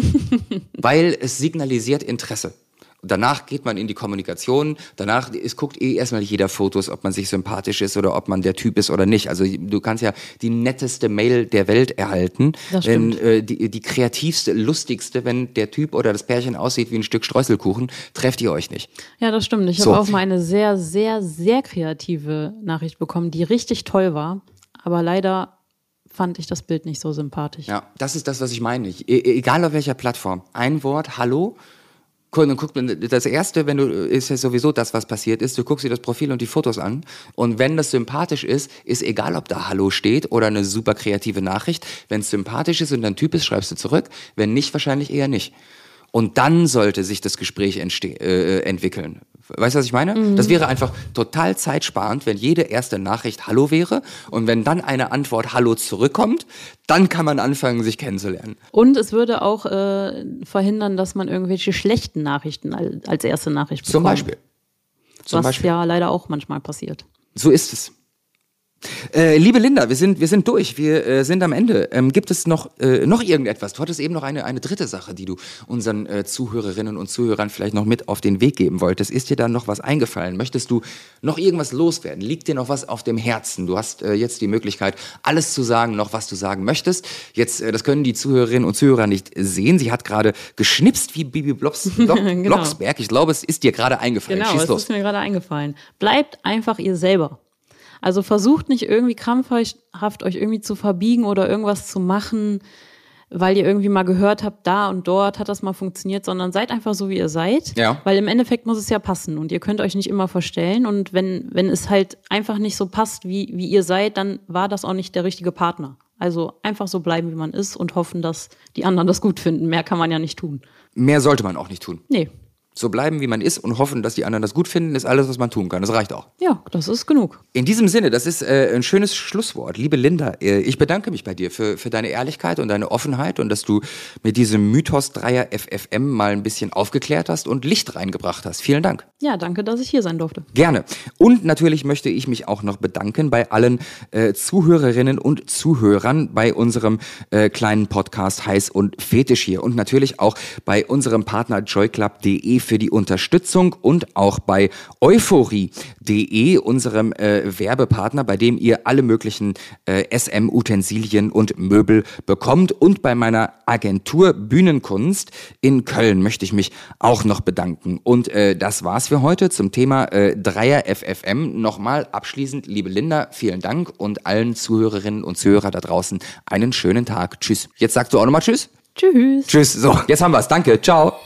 Weil es signalisiert Interesse. Danach geht man in die Kommunikation, guckt erstmal jeder Fotos, ob man sich sympathisch ist oder ob man der Typ ist oder nicht. Also du kannst ja die netteste Mail der Welt erhalten, wenn die kreativste, lustigste, wenn der Typ oder das Pärchen aussieht wie ein Stück Streuselkuchen, trefft ihr euch nicht. Ja, das stimmt. Ich habe auch mal eine sehr, sehr, sehr kreative Nachricht bekommen, die richtig toll war, aber leider fand ich das Bild nicht so sympathisch. Ja, das ist das, was ich meine. Egal auf welcher Plattform, ein Wort, Hallo. Und dann guckt man, das Erste, ist ja sowieso das, was passiert ist, du guckst dir das Profil und die Fotos an und wenn das sympathisch ist egal, ob da Hallo steht oder eine super kreative Nachricht, wenn es sympathisch ist und ein Typ ist, schreibst du zurück, wenn nicht, wahrscheinlich eher nicht. Und dann sollte sich das Gespräch entwickeln. Weißt du, was ich meine? Das wäre einfach total zeitsparend, wenn jede erste Nachricht Hallo wäre und wenn dann eine Antwort Hallo zurückkommt, dann kann man anfangen, sich kennenzulernen. Und es würde auch verhindern, dass man irgendwelche schlechten Nachrichten als erste Nachricht bekommt. Zum Beispiel. Was ja leider auch manchmal passiert. So ist es. Liebe Linda, wir sind durch, wir sind am Ende. Gibt es noch irgendetwas? Du hattest eben noch eine dritte Sache, die du unseren Zuhörerinnen und Zuhörern vielleicht noch mit auf den Weg geben wolltest. Ist dir da noch was eingefallen? Möchtest du noch irgendwas loswerden? Liegt dir noch was auf dem Herzen? Du hast jetzt die Möglichkeit, alles zu sagen, noch was du sagen möchtest. Jetzt, das können die Zuhörerinnen und Zuhörer nicht sehen. Sie hat gerade geschnipst wie Bibi Blocksberg. Ich glaube, es ist dir gerade eingefallen. Genau, Schieß los. Es ist mir gerade eingefallen. Bleibt einfach ihr selber. Also versucht nicht irgendwie krampfhaft euch irgendwie zu verbiegen oder irgendwas zu machen, weil ihr irgendwie mal gehört habt, da und dort hat das mal funktioniert, sondern seid einfach so, wie ihr seid. Ja. Weil im Endeffekt muss es ja passen und ihr könnt euch nicht immer verstellen und wenn es halt einfach nicht so passt, wie ihr seid, dann war das auch nicht der richtige Partner. Also einfach so bleiben, wie man ist und hoffen, dass die anderen das gut finden. Mehr kann man ja nicht tun. Mehr sollte man auch nicht tun. Nee. So bleiben, wie man ist und hoffen, dass die anderen das gut finden, ist alles, was man tun kann. Das reicht auch. Ja, das ist genug. In diesem Sinne, das ist ein schönes Schlusswort. Liebe Linda, ich bedanke mich bei dir für deine Ehrlichkeit und deine Offenheit und dass du mit diesem Mythos Dreier FFM mal ein bisschen aufgeklärt hast und Licht reingebracht hast. Vielen Dank. Ja, danke, dass ich hier sein durfte. Gerne. Und natürlich möchte ich mich auch noch bedanken bei allen Zuhörerinnen und Zuhörern bei unserem kleinen Podcast Heiß und Fetisch hier und natürlich auch bei unserem Partner joyclub.de für die Unterstützung und auch bei euphorie.de, unserem Werbepartner, bei dem ihr alle möglichen SM-Utensilien und Möbel bekommt. Und bei meiner Agentur Bühnenkunst in Köln möchte ich mich auch noch bedanken. Und das war's für heute zum Thema Dreier FFM. Nochmal abschließend, liebe Linda, vielen Dank und allen Zuhörerinnen und Zuhörer da draußen einen schönen Tag. Tschüss. Jetzt sagst du auch nochmal Tschüss. Tschüss. Tschüss. So, jetzt haben wir's. Danke. Ciao.